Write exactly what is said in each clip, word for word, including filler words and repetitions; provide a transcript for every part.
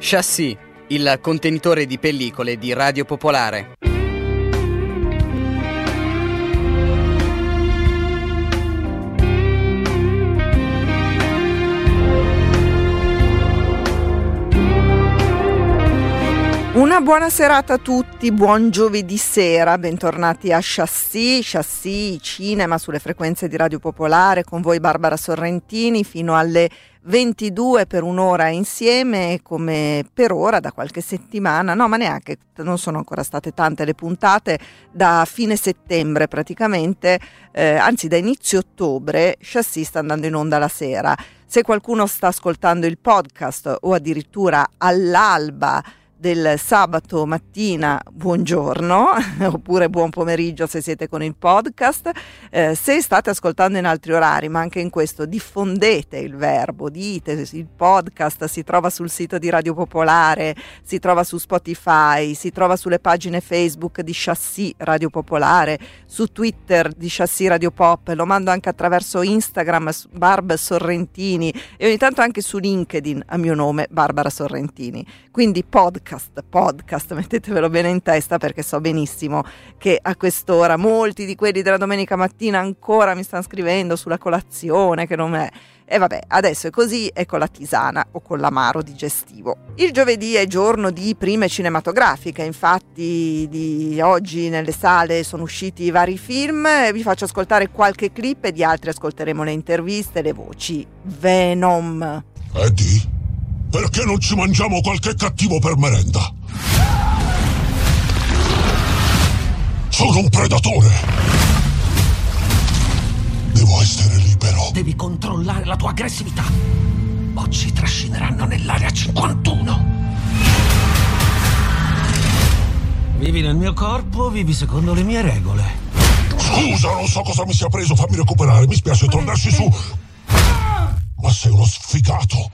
Chassis, il contenitore di pellicole di Radio Popolare. Una buona serata a tutti, buon giovedì sera, bentornati a Chassis, Chassis Cinema sulle frequenze di Radio Popolare, con voi Barbara Sorrentini fino alle ventidue per un'ora insieme, come per ora da qualche settimana, no ma neanche, non sono ancora state tante le puntate, da fine settembre praticamente, eh, anzi da inizio ottobre Chassis sta andando in onda la sera. Se qualcuno sta ascoltando il podcast o addirittura all'alba del sabato mattina, buongiorno, oppure buon pomeriggio se siete con il podcast. Eh, se state ascoltando in altri orari, ma anche in questo diffondete il verbo, dite il podcast, si trova sul sito di Radio Popolare, si trova su Spotify, si trova sulle pagine Facebook di Chassis Radio Popolare, su Twitter di Chassis Radio Pop, lo mando anche attraverso Instagram Barb Sorrentini e ogni tanto anche su LinkedIn a mio nome Barbara Sorrentini. Quindi podcast Podcast, podcast, mettetevelo bene in testa, perché so benissimo che a quest'ora molti di quelli della domenica mattina ancora mi stanno scrivendo sulla colazione che non è. E vabbè, adesso è così, è con la tisana o con l'amaro digestivo. Il giovedì è giorno di prime cinematografiche, infatti di oggi nelle sale sono usciti i vari film, vi faccio ascoltare qualche clip e di altri ascolteremo le interviste, le voci. Venom. Eddie? Perché non ci mangiamo qualche cattivo per merenda? Sono un predatore. Devo essere libero. Devi controllare la tua aggressività o ci trascineranno nell'area cinquantuno. Vivi nel mio corpo, vivi secondo le mie regole. Scusa, non so cosa mi sia preso, fammi recuperare, mi spiace tornarci su. Ma sei uno sfigato.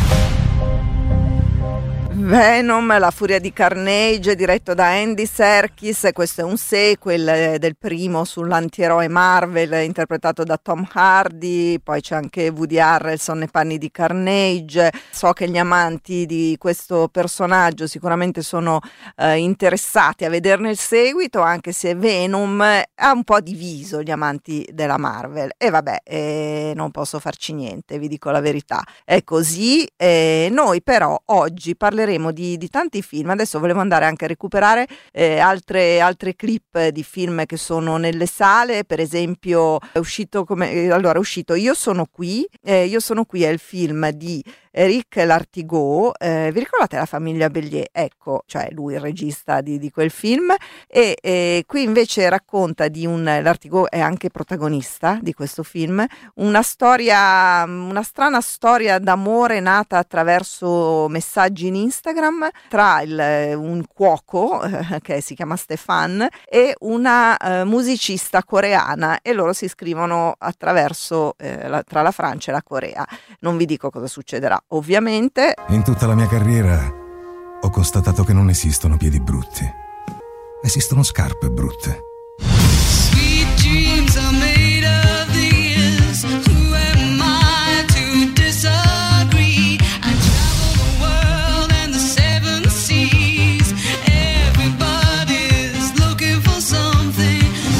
Venom, la furia di Carnage, diretto da Andy Serkis. Questo è un sequel del primo sull'antieroe Marvel interpretato da Tom Hardy. Poi c'è anche Woody Harrelson nei panni di Carnage. So che gli amanti di questo personaggio sicuramente sono eh, interessati a vederne il seguito, anche se Venom ha un po' diviso gli amanti della Marvel. E vabbè, eh, non posso farci niente, vi dico la verità, è così. Eh, noi però oggi parleremo Di, di tanti film. Adesso volevo andare anche a recuperare eh, altre, altre clip di film che sono nelle sale. Per esempio è uscito come allora è uscito Io sono qui eh, Io sono qui è il film di Eric Lartigot, eh, vi ricordate La famiglia Bélier? Ecco, cioè lui il regista di, di quel film, e eh, qui invece racconta di un, Lartigot è anche protagonista di questo film, una storia, una strana storia d'amore nata attraverso messaggi in Instagram tra il, un cuoco eh, che si chiama Stefan e una eh, musicista coreana, e loro si scrivono attraverso eh, la, tra la Francia e la Corea. Non vi dico cosa succederà, ovviamente. In tutta la mia carriera ho constatato che non esistono piedi brutti, esistono scarpe brutte. Sweet dreams are made of these. Who am I to disagree? I travel the world and the seven seas. Everybody's looking for something.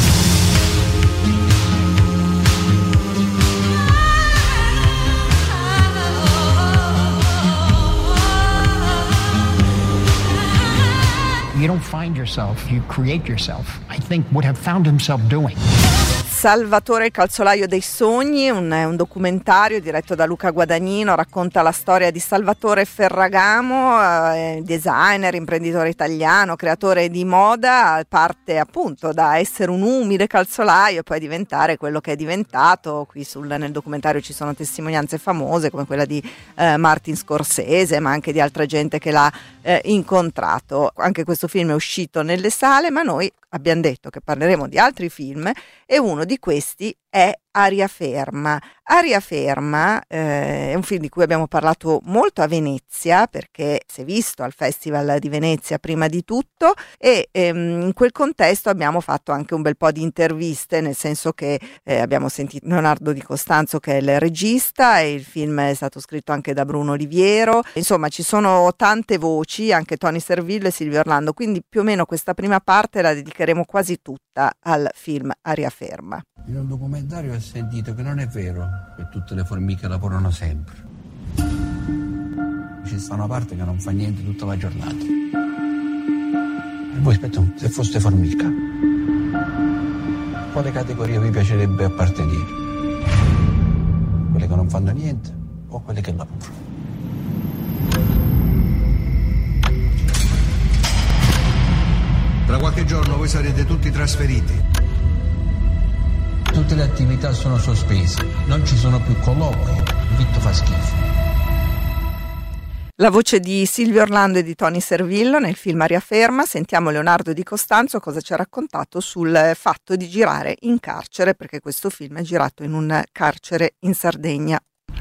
You don't find yourself, you create yourself. I think would have found himself doing. Salvatore il calzolaio dei sogni, un, un documentario diretto da Luca Guadagnino, racconta la storia di Salvatore Ferragamo, eh, designer, imprenditore italiano, creatore di moda. Parte appunto da essere un umile calzolaio e poi diventare quello che è diventato. Qui sul, nel documentario ci sono testimonianze famose come quella di eh, Martin Scorsese, ma anche di altra gente che l'ha eh, incontrato. Anche questo film è uscito nelle sale, ma noi abbiamo detto che parleremo di altri film e uno di questi è Aria ferma. Aria ferma eh, è un film di cui abbiamo parlato molto a Venezia, perché si è visto al Festival di Venezia prima di tutto, e ehm, in quel contesto abbiamo fatto anche un bel po' di interviste, nel senso che eh, abbiamo sentito Leonardo Di Costanzo, che è il regista, e il film è stato scritto anche da Bruno Oliviero. Insomma, ci sono tante voci, anche Tony Servillo e Silvio Orlando, quindi più o meno questa prima parte la dedicheremo quasi tutta al film Aria ferma. In un documentario ho sentito che non è vero che tutte le formiche lavorano sempre. Ci sta una parte che non fa niente tutta la giornata. E voi aspetta, se foste formica, a quale categoria vi piacerebbe appartenere? Quelle che non fanno niente o quelle che lavorano? Tra qualche giorno voi sarete tutti trasferiti. Tutte le attività sono sospese, non ci sono più colloqui, il vitto fa schifo. La voce di Silvio Orlando e di Tony Servillo nel film Aria ferma. Sentiamo Leonardo Di Costanzo cosa ci ha raccontato sul fatto di girare in carcere, perché questo film è girato in un carcere in Sardegna.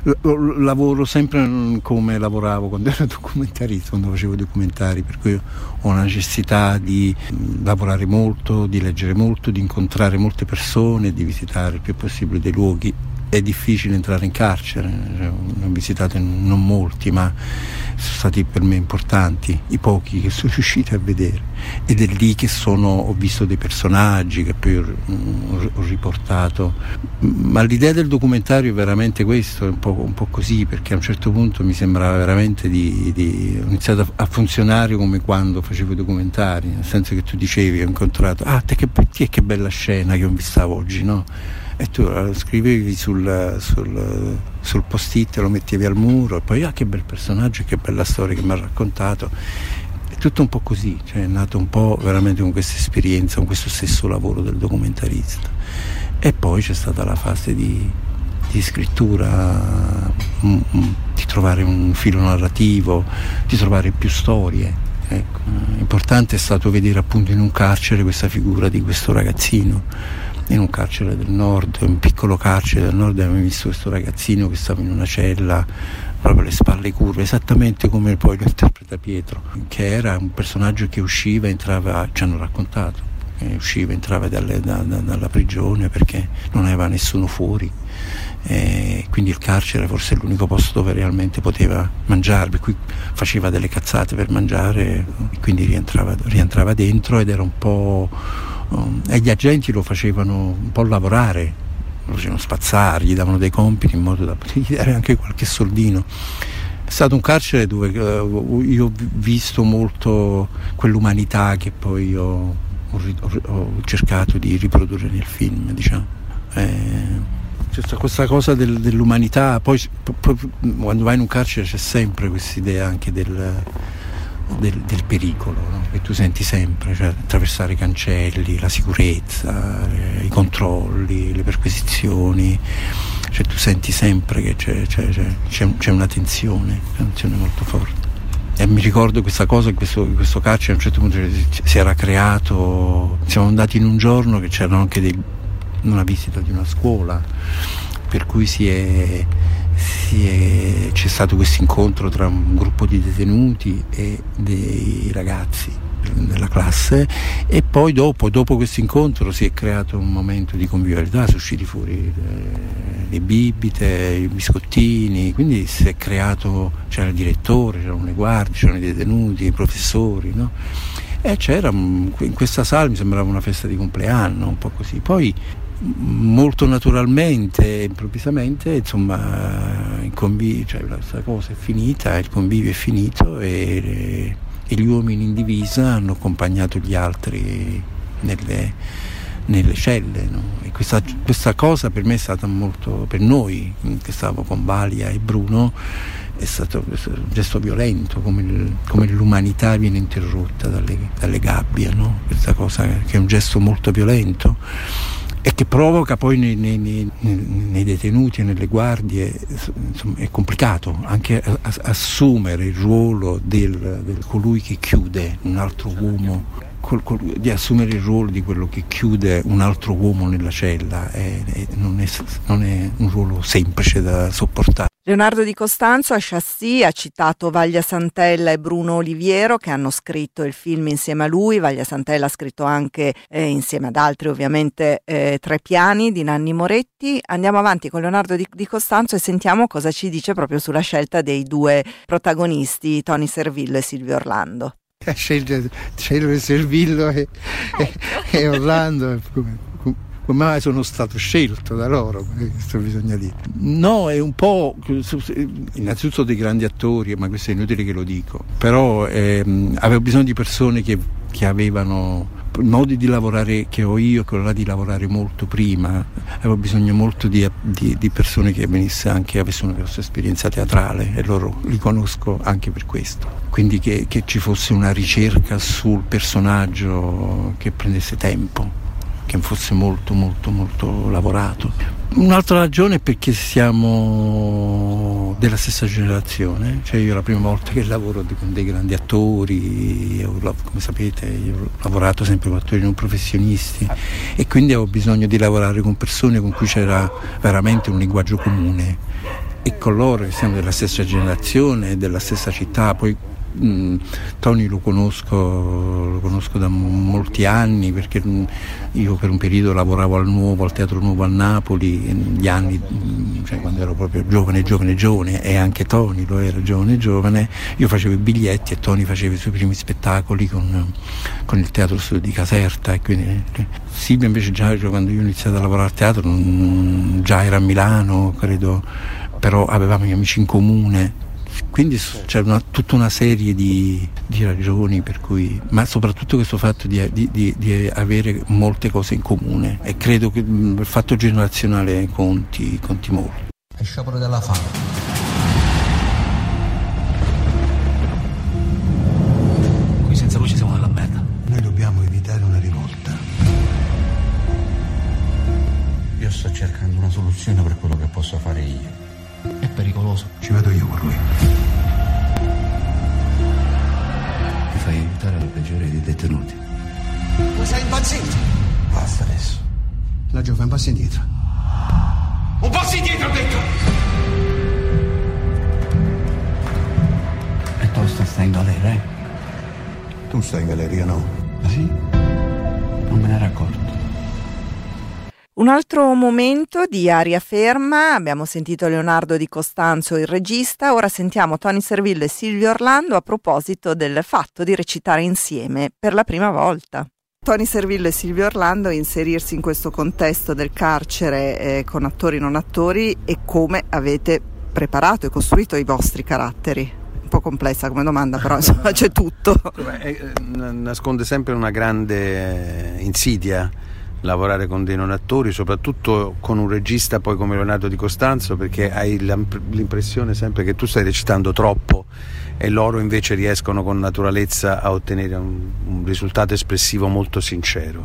Lavoro sempre come lavoravo quando ero documentarista, quando facevo documentari, per cui ho la necessità di lavorare molto, di leggere molto, di incontrare molte persone, di visitare il più possibile dei luoghi. È difficile entrare in carcere, ne ho visitato non molti, ma sono stati per me importanti i pochi che sono riusciti a vedere, ed è lì che sono, ho visto dei personaggi che poi ho, ho riportato. Ma l'idea del documentario è veramente questo, è un po', un po' così, perché a un certo punto mi sembrava veramente di, di ho iniziato a, a funzionare come quando facevo i documentari, nel senso che tu dicevi, ho incontrato, ah te che, che bella scena che ho visto oggi, no? E tu lo scrivevi sul, sul, sul post-it, lo mettevi al muro, e poi ah che bel personaggio, che bella storia che mi ha raccontato. È tutto un po' così, cioè è nato un po' veramente con questa esperienza, con questo stesso lavoro del documentarista. E poi c'è stata la fase di, di scrittura, di trovare un filo narrativo, di trovare più storie. Ecco. Importante è stato vedere appunto in un carcere questa figura di questo ragazzino, in un carcere del nord, un piccolo carcere del nord. Abbiamo visto questo ragazzino che stava in una cella, proprio le spalle curve, esattamente come poi lo interpreta Pietro, che era un personaggio che usciva, entrava, ci hanno raccontato, che usciva, entrava dalle, da, da, dalla prigione perché non aveva nessuno fuori, e quindi il carcere forse è l'unico posto dove realmente poteva mangiare, per cui faceva delle cazzate per mangiare, e quindi rientrava, rientrava dentro, ed era un po'... e gli agenti lo facevano un po' lavorare, lo facevano spazzare, gli davano dei compiti in modo da potergli dare anche qualche soldino. È stato un carcere dove uh, io ho visto molto quell'umanità che poi ho, ho, ho cercato di riprodurre nel film, diciamo. Eh, c'è questa cosa del, dell'umanità, poi, poi quando vai in un carcere c'è sempre questa idea anche del Del, del pericolo, no? Che tu senti sempre, cioè attraversare i cancelli, la sicurezza, eh, i controlli, le perquisizioni, cioè tu senti sempre che c'è, c'è, c'è, c'è una tensione, una tensione molto forte. E mi ricordo questa cosa, che questo, questo carcere a un certo punto si era creato, siamo andati in un giorno che c'erano anche dei, una visita di una scuola, per cui si è Si è, c'è stato questo incontro tra un gruppo di detenuti e dei ragazzi della classe, e poi dopo, dopo questo incontro si è creato un momento di convivialità, sono usciti fuori le, le bibite, i biscottini, quindi si è creato, c'era il direttore, c'erano le guardie, c'erano i detenuti, i professori, no? E c'era, in questa sala mi sembrava una festa di compleanno, un po' così. Poi molto naturalmente, improvvisamente, insomma, il convivio, cioè questa cosa è finita, il convivio è finito, e, e gli uomini in divisa hanno accompagnato gli altri nelle, nelle celle, no? E questa, questa cosa per me è stata molto, per noi che stavo con Valia e Bruno, è stato un gesto violento, come, il, come l'umanità viene interrotta dalle, dalle gabbie, no? Questa cosa che è un gesto molto violento, e che provoca poi nei, nei, nei, nei detenuti e nelle guardie, insomma, è complicato anche assumere il ruolo del, del colui che chiude un altro uomo col, col, di assumere il ruolo di quello che chiude un altro uomo nella cella, è, è, non, è, non è un ruolo semplice da sopportare. Leonardo Di Costanzo a Chassis ha citato Vaglia Santella e Bruno Oliviero, che hanno scritto il film insieme a lui. Vaglia Santella ha scritto anche, eh, insieme ad altri ovviamente, eh, Tre piani di Nanni Moretti. Andiamo avanti con Leonardo Di, Di Costanzo e sentiamo cosa ci dice proprio sulla scelta dei due protagonisti, Tony Servillo e Silvio Orlando. Scegliere Servillo e, e, e Orlando, come, come mai sono stato scelto da loro, questo bisogna dire. No, è un po', innanzitutto dei grandi attori, ma questo è inutile che lo dico, però ehm, avevo bisogno di persone che, che avevano modi di lavorare che ho io, che ho là di lavorare molto prima. Avevo bisogno molto di, di, di persone che venisse anche, avessero una grossa esperienza teatrale, e loro li conosco anche per questo. Quindi che, che ci fosse una ricerca sul personaggio che prendesse tempo, che fosse molto molto molto lavorato. Un'altra ragione è perché siamo della stessa generazione, cioè io la prima volta che lavoro con dei grandi attori, io, come sapete io ho lavorato sempre con attori non professionisti, e quindi avevo bisogno di lavorare con persone con cui c'era veramente un linguaggio comune, e con loro che siamo della stessa generazione, della stessa città. Poi Mm, Tony lo conosco, lo conosco da molti anni, perché io per un periodo lavoravo al Nuovo, al Teatro Nuovo a Napoli, negli anni, cioè quando ero proprio giovane, giovane, giovane, e anche Tony lo era giovane, giovane. Io facevo i biglietti e Tony faceva i suoi primi spettacoli con, con il Teatro Studio di Caserta, e quindi Silvia invece già quando io ho iniziato a lavorare al teatro già era a Milano, credo, però avevamo gli amici in comune. Quindi c'è una, tutta una serie di, di ragioni per cui, ma soprattutto questo fatto di, di, di, di avere molte cose in comune, e credo che il fatto generazionale conti, conti molto. È sciopero della fame. Qui senza luce siamo nella merda. Noi dobbiamo evitare una rivolta. Io sto cercando una soluzione per quello che posso fare io. È pericoloso. Ci vado io con lui. Ti fai aiutare dal peggiore dei detenuti. Tu sei impazzito? Basta adesso. La Gio, fai un passo indietro. Un passo indietro, ho detto! E tosto stai in galera, eh? Tu stai in galleria, no? Ah sì? Non me ne ero accorto. Un altro momento di aria ferma, abbiamo sentito Leonardo Di Costanzo, il regista, ora sentiamo Tony Servillo e Silvio Orlando a proposito del fatto di recitare insieme per la prima volta. Tony Servillo e Silvio Orlando, inserirsi in questo contesto del carcere eh, con attori non attori, e come avete preparato e costruito i vostri caratteri? Un po' complessa come domanda, però insomma c'è tutto. Beh, nasconde sempre una grande insidia lavorare con dei non attori, soprattutto con un regista poi come Leonardo Di Costanzo, perché hai l'impressione sempre che tu stai recitando troppo e loro invece riescono con naturalezza a ottenere un, un risultato espressivo molto sincero.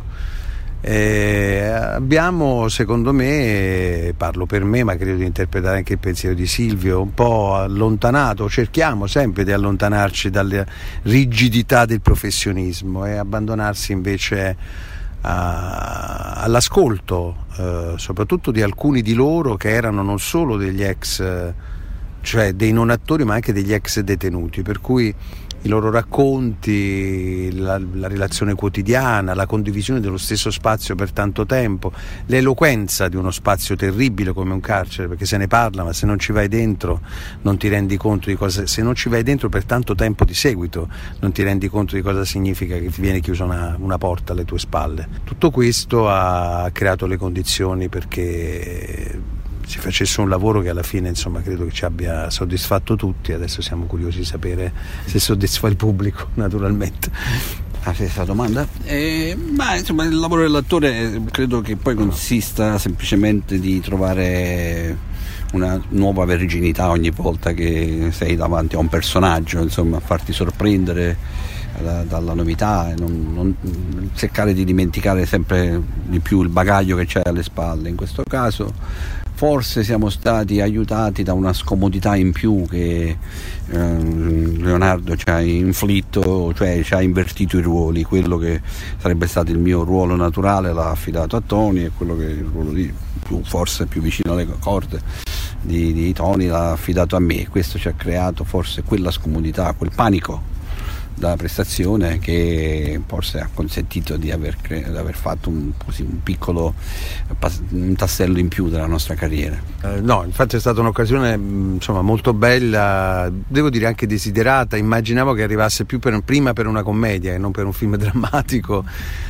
E abbiamo, secondo me, parlo per me, ma credo di interpretare anche il pensiero di Silvio, un po' allontanato, cerchiamo sempre di allontanarci dalle rigidità del professionismo e abbandonarsi invece A, all'ascolto eh, soprattutto di alcuni di loro che erano non solo degli ex, eh, cioè dei non attori, ma anche degli ex detenuti, per cui i loro racconti, la, la relazione quotidiana, la condivisione dello stesso spazio per tanto tempo, l'eloquenza di uno spazio terribile come un carcere, perché se ne parla ma se non ci vai dentro non ti rendi conto di cosa, se non ci vai dentro per tanto tempo di seguito non ti rendi conto di cosa significa che ti viene chiusa una, una porta alle tue spalle. Tutto questo ha creato le condizioni perché si facesse un lavoro che alla fine, insomma, credo che ci abbia soddisfatto tutti. Adesso siamo curiosi di sapere se soddisfa il pubblico, naturalmente. Ah, questa domanda? Eh, ma insomma il lavoro dell'attore credo che poi consista semplicemente di trovare una nuova verginità ogni volta che sei davanti a un personaggio, insomma, farti sorprendere da, dalla novità e non, non cercare di dimenticare sempre di più il bagaglio che c'hai alle spalle. In questo caso forse siamo stati aiutati da una scomodità in più che eh, Leonardo ci ha inflitto, cioè ci ha invertito i ruoli. Quello che sarebbe stato il mio ruolo naturale l'ha affidato a Tony, e quello che il ruolo di più, forse più vicino alle corde di, di Tony l'ha affidato a me. Questo ci ha creato forse quella scomodità, quel panico da prestazione che forse ha consentito di aver, cre- di aver fatto un, così, un piccolo un tassello in più della nostra carriera. Eh, no, infatti è stata un'occasione insomma molto bella, devo dire anche desiderata. Immaginavo che arrivasse più per, prima per una commedia e non per un film drammatico,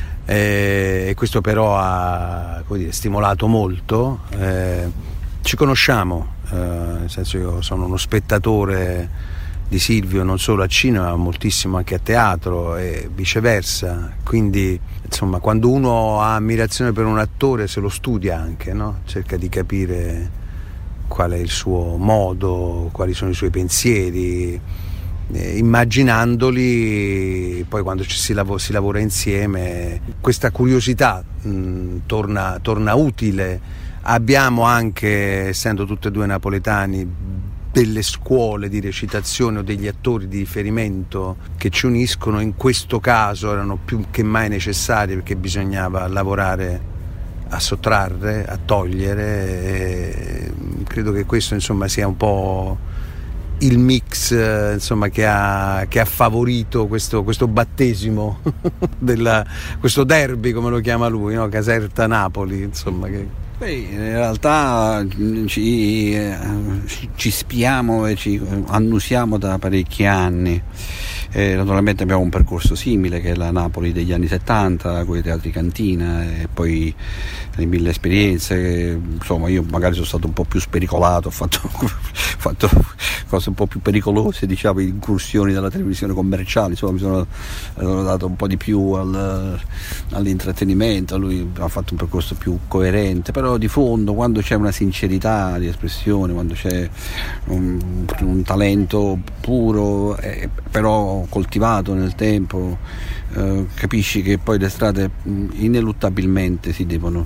eh, e questo però ha, come dire, stimolato molto. Eh, ci conosciamo, eh, nel senso, io sono uno spettatore di Silvio non solo a cinema ma moltissimo anche a teatro e viceversa, quindi insomma quando uno ha ammirazione per un attore se lo studia anche, no? Cerca di capire qual è il suo modo, quali sono i suoi pensieri, eh, immaginandoli. Poi quando ci si, lav- si lavora insieme questa curiosità mh, torna, torna utile. Abbiamo anche, essendo tutti e due napoletani, delle scuole di recitazione o degli attori di riferimento che ci uniscono. In questo caso erano più che mai necessari, perché bisognava lavorare a sottrarre, a togliere, e credo che questo insomma sia un po' il mix insomma che ha, che ha favorito questo, questo battesimo della, questo derby, come lo chiama lui, no? Caserta-Napoli, insomma, che Beh, in realtà ci, eh, ci spiamo e ci annusiamo da parecchi anni. Eh, naturalmente abbiamo un percorso simile, che è la Napoli degli anni settanta, con i teatri cantina e poi le mille esperienze. Insomma, io magari sono stato un po' più spericolato, ho fatto, fatto cose un po' più pericolose, diciamo, incursioni dalla televisione commerciale. Insomma, mi sono, sono dato un po' di più al, all'intrattenimento. Lui ha fatto un percorso più coerente, però di fondo, quando c'è una sincerità di espressione, quando c'è un, un talento puro, eh, però coltivato nel tempo, eh, capisci che poi le strade ineluttabilmente si devono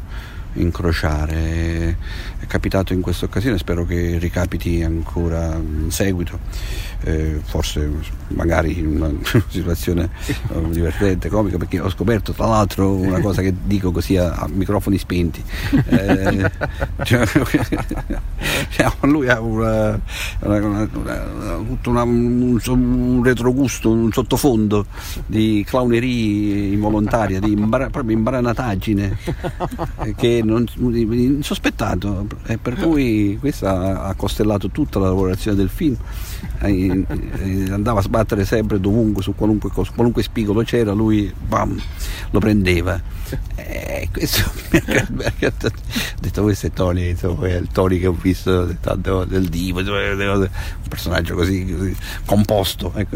incrociare. È capitato in questa occasione, spero che ricapiti ancora in seguito, eh, forse magari in una situazione uh, divertente, comica, perché ho scoperto tra l'altro una cosa che dico così a, a microfoni spenti, eh, cioè, cioè, lui ha una, una, una, una, tutto una, un, un retrogusto, un sottofondo di clownerie involontaria, di imbara, proprio imbaranataggine, che non insospettato, e per cui questo ha costellato tutta la lavorazione del film. Andava a sbattere sempre dovunque, su qualunque cosa, qualunque spigolo c'era, lui bam, lo prendeva. E questo mi ha detto: questo è Tony, insomma, è il Tony che ho visto tanto del divo, un personaggio così, così composto, ecco.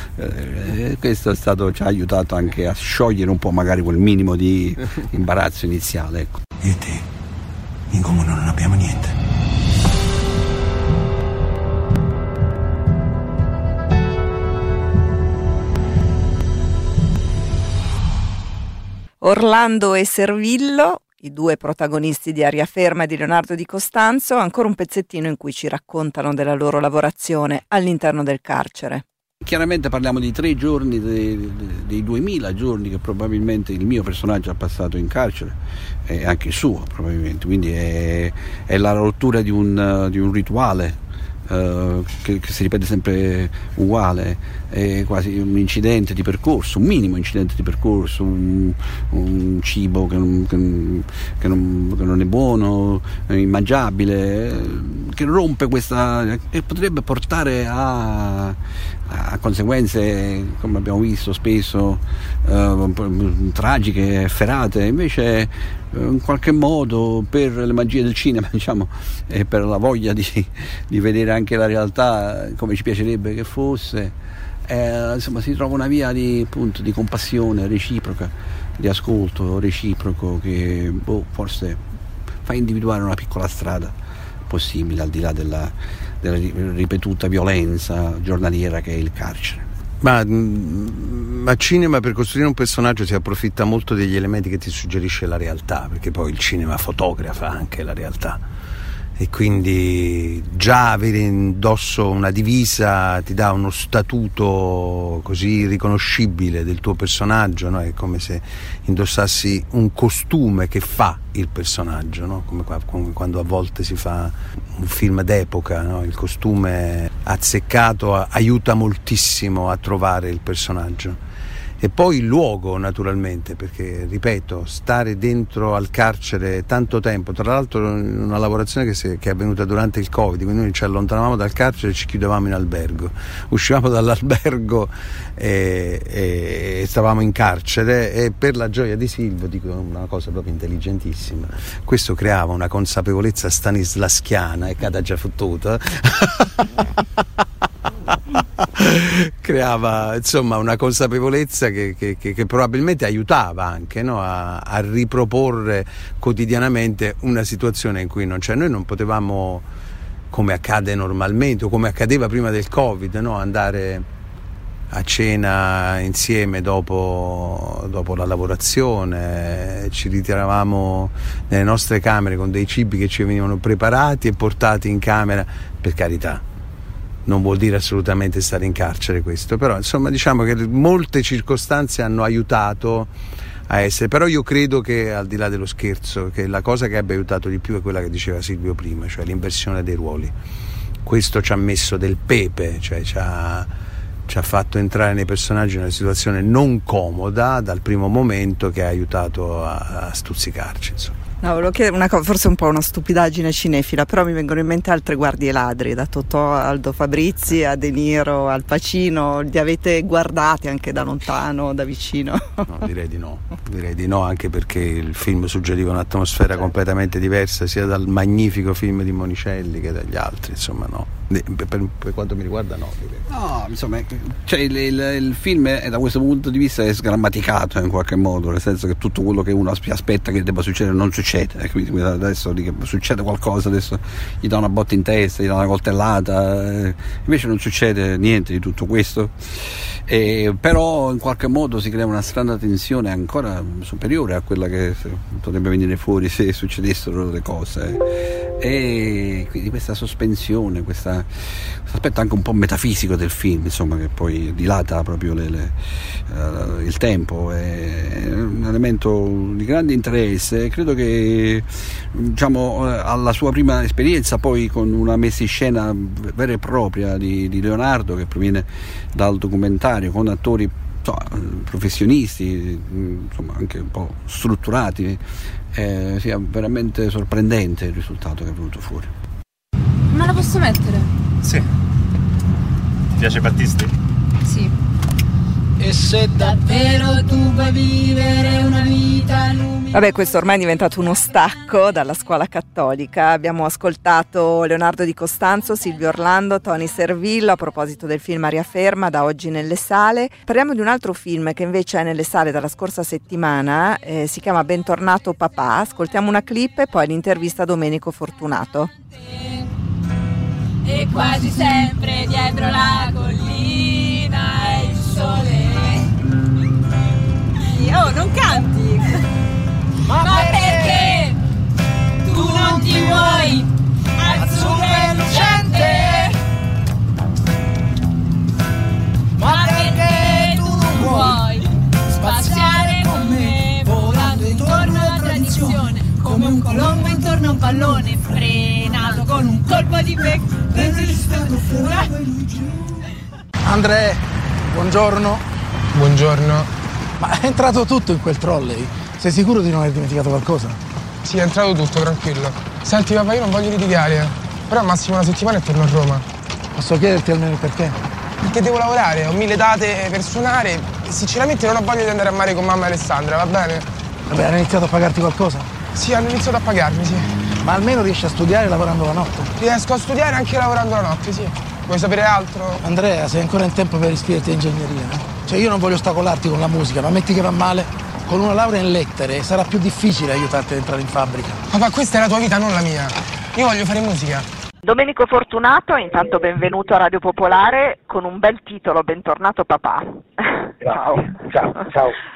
E questo è stato, ci ha aiutato anche a sciogliere un po' magari quel minimo di imbarazzo iniziale, ecco. Io e te in comune non abbiamo niente. Orlando e Servillo, i due protagonisti di Aria Ferma e di Leonardo Di Costanzo, ancora un pezzettino in cui ci raccontano della loro lavorazione all'interno del carcere. Chiaramente parliamo di tre giorni, dei, dei duemila giorni che probabilmente il mio personaggio ha passato in carcere, e anche il suo probabilmente, quindi è, è la rottura di un, di un rituale uh, che, che si ripete sempre uguale, è quasi un incidente di percorso, un minimo incidente di percorso, un, un cibo che non, che, che, non, che non è buono, è immangiabile, che rompe questa, e potrebbe portare a, a conseguenze, come abbiamo visto spesso, uh, tragiche, efferate. Invece in qualche modo, per le magie del cinema, diciamo, e per la voglia di, di vedere anche la realtà come ci piacerebbe che fosse, eh, insomma, si trova una via di, appunto, di compassione reciproca, di ascolto reciproco, che boh, forse fa individuare una piccola strada possibile al di là della, della ripetuta violenza giornaliera che è il carcere. Ma a cinema, per costruire un personaggio, si approfitta molto degli elementi che ti suggerisce la realtà, perché poi il cinema fotografa anche la realtà, e quindi già avere indosso una divisa ti dà uno statuto così riconoscibile del tuo personaggio, no? È come se indossassi un costume che fa il personaggio, no? Come, come quando a volte si fa un film d'epoca, no? Il costume azzeccato aiuta moltissimo a trovare il personaggio. E poi il luogo, naturalmente, perché, ripeto, stare dentro al carcere tanto tempo, tra l'altro una lavorazione che, si, che è avvenuta durante il Covid, quindi noi ci allontanavamo dal carcere e ci chiudevamo in albergo, uscivamo dall'albergo e, e, e stavamo in carcere, e per la gioia di Silvio, dico una cosa proprio intelligentissima, questo creava una consapevolezza stanislaschiana e cada già fottuta creava insomma una consapevolezza che, che, che, che probabilmente aiutava anche, no? a, a riproporre quotidianamente una situazione in cui non c'è. Noi non potevamo, come accade normalmente o come accadeva prima del Covid, no? andare a cena insieme dopo, dopo la lavorazione, ci ritiravamo nelle nostre camere con dei cibi che ci venivano preparati e portati in camera. Per carità, non vuol dire assolutamente stare in carcere questo, però insomma diciamo che molte circostanze hanno aiutato a essere, però io credo che, al di là dello scherzo, che la cosa che abbia aiutato di più è quella che diceva Silvio prima, cioè l'inversione dei ruoli. Questo ci ha messo del pepe, cioè ci ha, ci ha fatto entrare nei personaggi in una situazione non comoda dal primo momento, che ha aiutato a, a stuzzicarci, insomma. No, volevo chiedere una cosa, forse un po' una stupidaggine cinefila, però mi vengono in mente Altre guardie ladri, da Totò a Aldo Fabrizi a De Niro, Al Pacino. Li avete guardati anche da lontano, da vicino? No, direi di no, direi di no, anche perché il film suggeriva un'atmosfera certo. completamente diversa, sia dal magnifico film di Monicelli che dagli altri, insomma no. Per, per, per quanto mi riguarda no. Direi. No, insomma, cioè il, il, il film è, da questo punto di vista è sgrammaticato in qualche modo, nel senso che tutto quello che uno aspetta che debba succedere non succede. Quindi adesso succede qualcosa, adesso gli dà una botta in testa, gli dà una coltellata, eh, invece non succede niente di tutto questo, eh, però in qualche modo si crea una strana tensione ancora superiore a quella che potrebbe venire fuori se succedessero le cose, e quindi questa sospensione, questa, questo aspetto anche un po' metafisico del film, insomma, che poi dilata proprio le, le, uh, il tempo, è un elemento di grande interesse. Credo che diciamo alla sua prima esperienza, poi con una messa in scena vera e propria di, di Leonardo, che proviene dal documentario, con attori insomma, professionisti, insomma anche un po' strutturati, eh, sia veramente sorprendente il risultato che è venuto fuori. Ma la posso mettere? Sì. Ti piace Battisti? Sì. E se davvero tu vuoi vivere una vita luminosa. Vabbè, questo ormai è diventato uno stacco dalla scuola cattolica. Abbiamo ascoltato Leonardo Di Costanzo, Silvio Orlando, Tony Servillo a proposito del film Aria Ferma, da oggi nelle sale. Parliamo di un altro film che invece è nelle sale dalla scorsa settimana, eh, si chiama Bentornato papà. Ascoltiamo una clip e poi l'intervista a Domenico Fortunato. E quasi sempre dietro la collina è il sole. Oh, non canti! Ma, Ma perché? perché tu non ti vuoi azzurro e lucente? Ma perché tu non vuoi spaziare con me, volando intorno alla tradizione, come un colombo intorno a un pallone, frenato con un colpo di becco, resistato fuori. Andrea, buongiorno. Buongiorno. Ma è entrato tutto in quel trolley? Sei sicuro di non aver dimenticato qualcosa? Sì, è entrato tutto, tranquillo. Senti papà, io non voglio litigare, però al massimo una settimana e torno a Roma. Posso chiederti almeno il perché? Perché devo lavorare, ho mille date per suonare e sinceramente non ho voglia di andare a mare con mamma e Alessandra, va bene? Vabbè, hanno iniziato a pagarti qualcosa? Sì, hanno iniziato a pagarmi, sì. Ma almeno riesci a studiare lavorando la notte? Riesco a studiare anche lavorando la notte, sì. Vuoi sapere altro? Andrea, sei ancora in tempo per iscriverti a ingegneria, eh? Cioè io non voglio ostacolarti con la musica, ma metti che va male, con una laurea in lettere sarà più difficile aiutarti ad entrare in fabbrica. Papà, questa è la tua vita, non la mia. Io voglio fare musica. Domenico Fortunato, intanto benvenuto a Radio Popolare con un bel titolo, Bentornato papà. Ciao, ciao, ciao.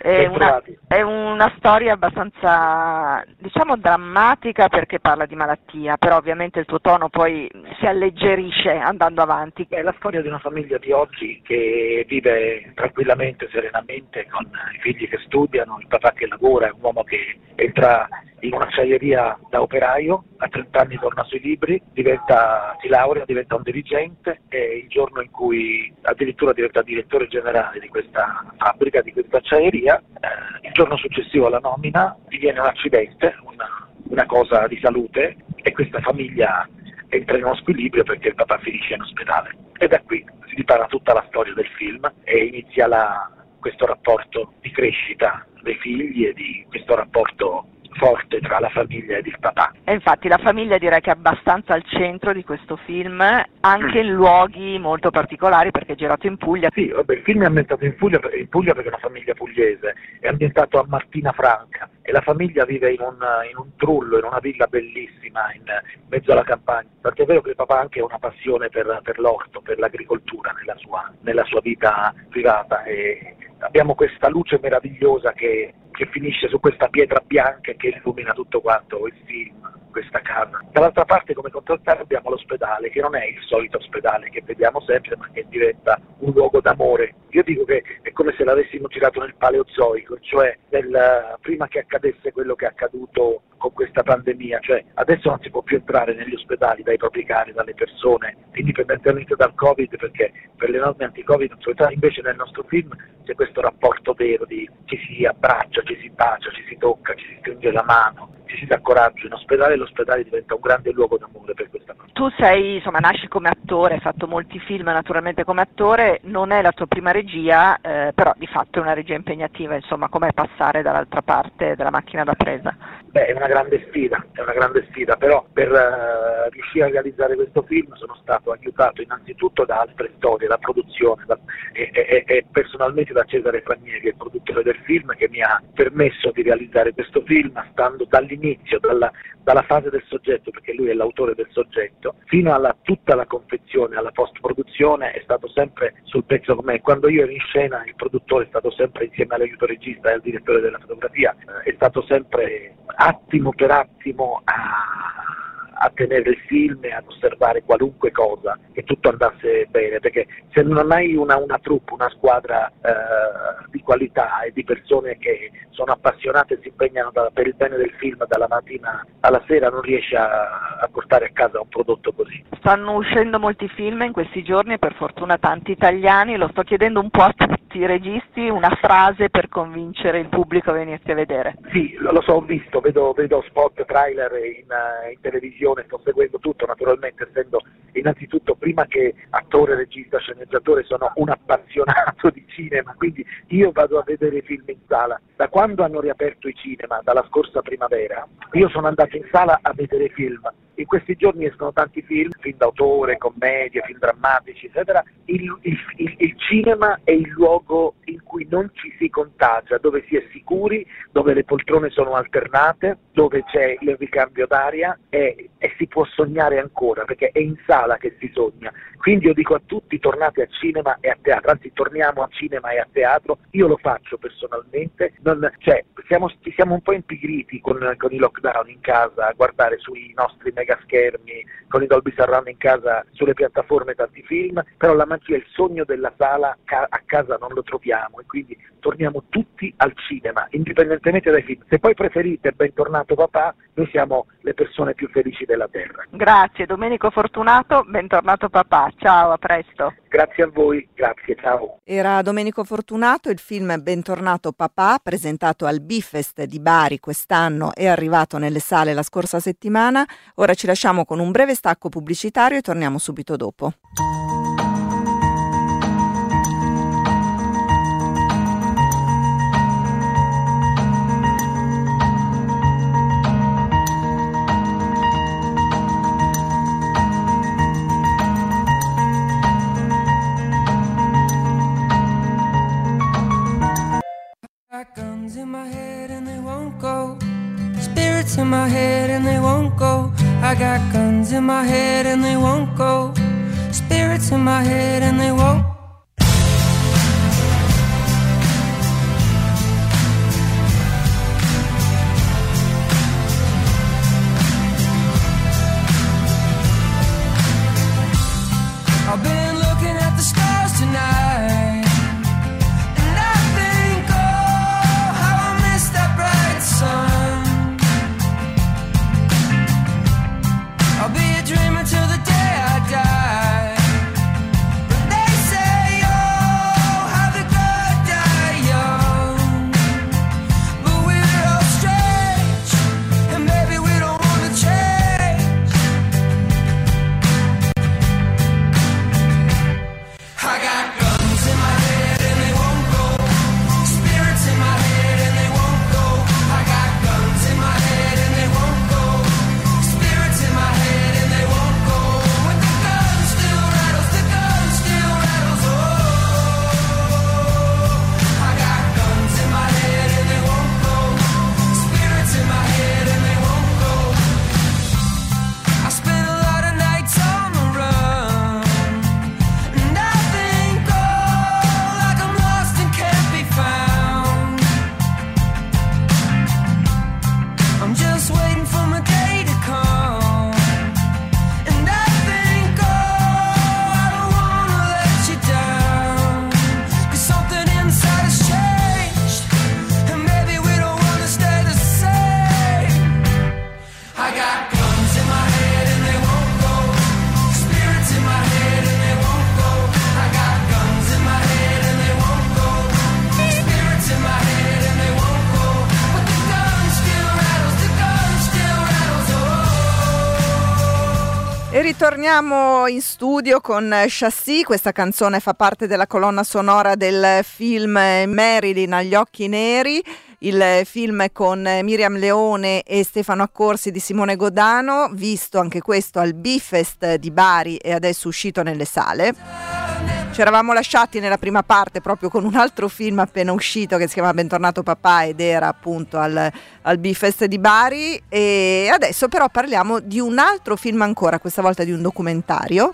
È una, è una storia abbastanza, diciamo, drammatica perché parla di malattia, però ovviamente il tuo tono poi si alleggerisce andando avanti. È la storia di una famiglia di oggi che vive tranquillamente, serenamente, con i figli che studiano, il papà che lavora, è un uomo che entra in un'acciaieria da operaio, a trenta anni torna sui libri, diventa, si laurea, diventa un dirigente e il giorno in cui addirittura diventa direttore generale di questa fabbrica, di questa acciaieria, eh, il giorno successivo alla nomina gli viene un accidente, una, una cosa di salute e questa famiglia entra in uno squilibrio perché il papà finisce in ospedale. E da qui si ripara tutta la storia del film e inizia la, questo rapporto di crescita dei figli e di questo rapporto forte tra la famiglia ed il papà. E infatti la famiglia direi che è abbastanza al centro di questo film, anche in luoghi molto particolari perché è girato in Puglia. Sì, vabbè, il film è ambientato in Puglia, in Puglia perché è una famiglia pugliese, è ambientato a Martina Franca e la famiglia vive in un, in un trullo, in una villa bellissima in mezzo alla campagna. Perché è vero che il papà ha anche una passione per, per l'orto, per l'agricoltura nella sua, nella sua vita privata e abbiamo questa luce meravigliosa che, che finisce su questa pietra bianca che illumina tutto quanto il film, questa casa. Dall'altra parte, come contrastare, abbiamo l'ospedale, che non è il solito ospedale che vediamo sempre, ma che diventa un luogo d'amore. Io dico che è come se l'avessimo girato nel Paleozoico, cioè nel, prima che accadesse quello che è accaduto con questa pandemia, cioè adesso non si può più entrare negli ospedali dai propri cari, dalle persone, indipendentemente dal Covid, perché per le norme anti-Covid non si può entrare. Invece nel nostro film c'è questo rapporto vero di ci si abbraccia, ci si bacia, ci si tocca, ci si stringe la mano, ci si dà coraggio. In ospedale l'ospedale diventa un grande luogo d'amore per questa cosa. Tu sei, insomma, nasci come attore, hai fatto molti film naturalmente come attore, non è la tua prima regia, eh, però di fatto è una regia impegnativa, insomma, com'è passare dall'altra parte della macchina da presa? Beh, è una grande sfida, è una grande sfida, però per uh, riuscire a realizzare questo film sono stato aiutato innanzitutto da altre storie, da produzione da, e, e, e personalmente da Cesare Franieri, il produttore del film, che mi ha permesso di realizzare questo film stando dall'inizio, dalla, dalla fase del soggetto, perché lui è l'autore del soggetto, fino alla tutta la confezione, alla post-produzione, è stato sempre sul pezzo con me. Quando io ero in scena il produttore è stato sempre insieme all'aiuto regista e al direttore della fotografia, è stato sempre attimo per attimo a, a tenere il film e ad osservare qualunque cosa, che tutto andasse bene, perché se non hai una, una troupe, una squadra eh, di qualità e di persone che sono appassionate e si impegnano da, per il bene del film dalla mattina alla sera, non riesci a, a portare a casa un prodotto così. Stanno uscendo molti film in questi giorni e per fortuna tanti italiani, lo sto chiedendo un po' a tutti i registi, una frase per convincere il pubblico a venirti a vedere. Sì, lo, lo so, ho visto, vedo, vedo spot, trailer in, in televisione, sto seguendo tutto, naturalmente essendo innanzitutto prima che attore, regista, sceneggiatore sono un appassionato di cinema, quindi io vado a vedere film in sala. Da quando hanno riaperto i cinema, dalla scorsa primavera, io sono andato in sala a vedere film. In questi giorni escono tanti film, film d'autore, commedie, film drammatici, eccetera. Il, il, il, il cinema è il luogo in cui non ci si contagia, dove si è sicuri, dove le poltrone sono alternate, dove c'è il ricambio d'aria e, e si può sognare ancora, perché è in sala che si sogna. Quindi io dico a tutti: tornate a cinema e a teatro, anzi torniamo a cinema e a teatro. Io lo faccio personalmente, non, cioè, siamo, ci siamo un po' impigriti con, con i lockdown in casa a guardare sui nostri mega schermi, con i Dolby Surround in casa, sulle piattaforme tanti film, però la magia, il sogno della sala ca- a casa non lo troviamo e quindi torniamo tutti al cinema, indipendentemente dai film. Se poi preferite Bentornato papà, noi siamo le persone più felici della terra. Grazie Domenico Fortunato, Bentornato papà, ciao, a presto. Grazie a voi, grazie, ciao. Era Domenico Fortunato, il film Bentornato papà, presentato al Bifest di Bari quest'anno, è arrivato nelle sale la scorsa settimana. Ora ci lasciamo con un breve stacco pubblicitario e torniamo subito dopo. Guns in my head and they won't go. Spirits in my head and they won't go. I got guns in my head and they won't go. Spirits in my head and they won't. ritorniamo in studio con Chassis. Questa canzone fa parte della colonna sonora del film Marilyn agli occhi neri, il film con Miriam Leone e Stefano Accorsi di Simone Godano, visto anche questo al B-Fest di Bari e adesso uscito nelle sale. Ci eravamo lasciati nella prima parte proprio con un altro film appena uscito che si chiama Bentornato papà ed era appunto al, al B-Fest di Bari, e adesso però parliamo di un altro film ancora, questa volta di un documentario.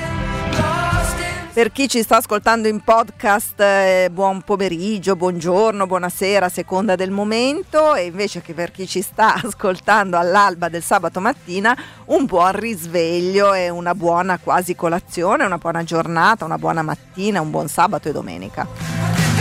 Per chi ci sta ascoltando in podcast, eh, buon pomeriggio, buongiorno, buonasera, a seconda del momento, e invece che per chi ci sta ascoltando all'alba del sabato mattina, un buon risveglio e una buona quasi colazione, una buona giornata, una buona mattina, un buon sabato e domenica.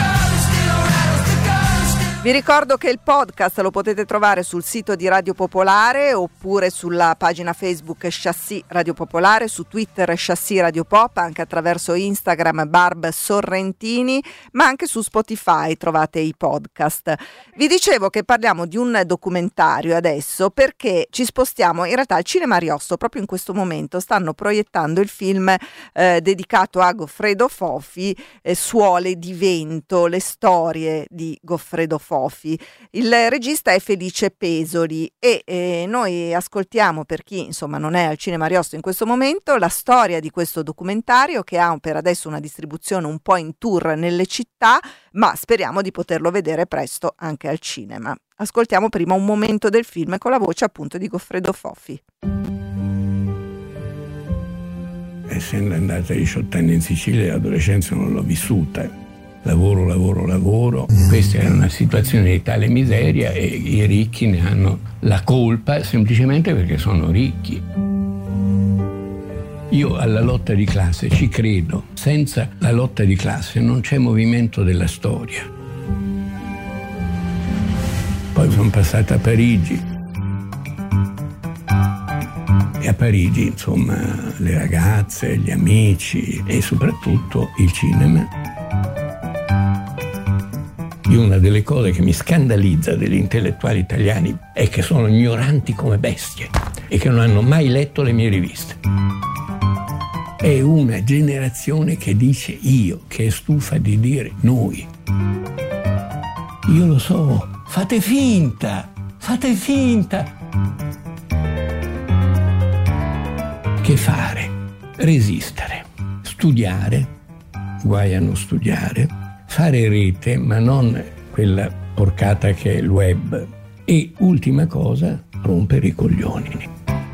Vi ricordo che il podcast lo potete trovare sul sito di Radio Popolare oppure sulla pagina Facebook Chassis Radio Popolare, su Twitter Chassis Radio Pop, anche attraverso Instagram Barb Sorrentini, ma anche su Spotify trovate i podcast. Vi dicevo che parliamo di un documentario adesso perché ci spostiamo, in realtà al Cinema Ariosto proprio in questo momento stanno proiettando il film eh, dedicato a Goffredo Fofi, eh, Suole di vento, le storie di Goffredo Fofi. Il regista è Felice Pesoli e eh, noi ascoltiamo, per chi insomma non è al Cinema Ariosto in questo momento, la storia di questo documentario che ha per adesso una distribuzione un po' in tour nelle città, ma speriamo di poterlo vedere presto anche al cinema. Ascoltiamo prima un momento del film con la voce appunto di Goffredo Fofi. Essendo andata diciotto anni in Sicilia, l'adolescenza non l'ho vissuta. Lavoro, lavoro, lavoro. Questa è una situazione di tale miseria e i ricchi ne hanno la colpa semplicemente perché sono ricchi. Io alla lotta di classe ci credo. Senza la lotta di classe non c'è movimento della storia. Poi sono passata a Parigi. E a Parigi, insomma, le ragazze, gli amici e soprattutto il cinema. Io una delle cose che mi scandalizza degli intellettuali italiani è che sono ignoranti come bestie e che non hanno mai letto le mie riviste. È una generazione che dice io, che è stufa di dire noi. Io lo so, fate finta, fate finta. Che fare? Resistere, studiare, guai a non studiare, fare rete, ma non quella porcata che è il web. E ultima cosa, rompere i coglioni.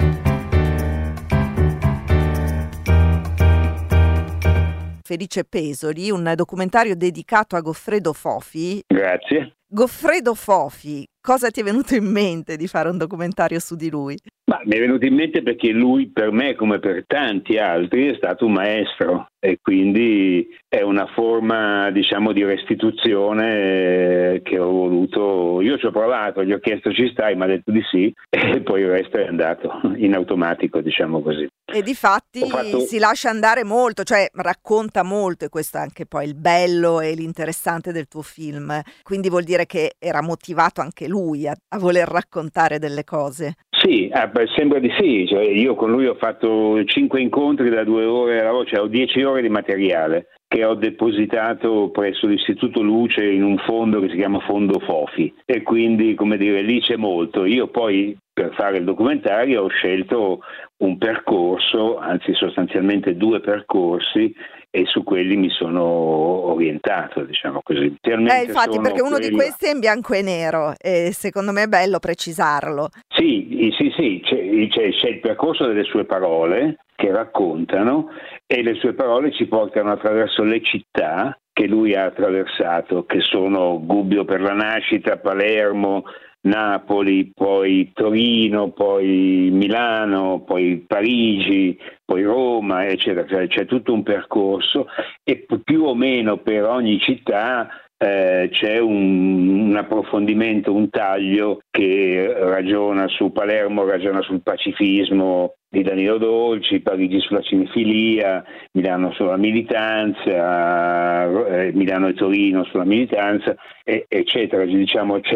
Felice Pesoli, un documentario dedicato a Goffredo Fofi. Grazie. Goffredo Fofi, cosa ti è venuto in mente di fare un documentario su di lui? Ma mi è venuto in mente perché lui, per me come per tanti altri, è stato un maestro e quindi è una forma, diciamo, di restituzione che ho voluto. Io ci ho provato, gli ho chiesto ci stai, mi ha detto di sì e poi il resto è andato in automatico, diciamo così. E difatti fatto... si lascia andare molto, cioè racconta molto, e questo è anche poi il bello e l'interessante del tuo film, quindi vuol dire che era motivato anche lui a, a voler raccontare delle cose. Sì, eh, sembra di sì, cioè, io con lui ho fatto cinque incontri da due ore alla voce, ho dieci ore di materiale che ho depositato presso l'Istituto Luce in un fondo che si chiama Fondo Fofi e quindi, come dire, lì c'è molto. Io poi per fare il documentario ho scelto un percorso, anzi sostanzialmente due percorsi, e su quelli mi sono orientato, diciamo così. Eh, infatti, perché uno quelli... di questi è in bianco e nero e secondo me è bello precisarlo. Sì, sì, sì, c'è, c'è, c'è il percorso delle sue parole che raccontano e le sue parole ci portano attraverso le città che lui ha attraversato, che sono Gubbio per la nascita, Palermo, Napoli, poi Torino, poi Milano, poi Parigi, poi Roma, eccetera. Cioè, c'è tutto un percorso e più o meno per ogni città eh, c'è un, un approfondimento, un taglio che ragiona su Palermo, ragiona sul pacifismo di Danilo Dolci, Parigi sulla cinefilia, Milano sulla militanza, eh, Milano e Torino sulla militanza, e, eccetera. Diciamo c'è,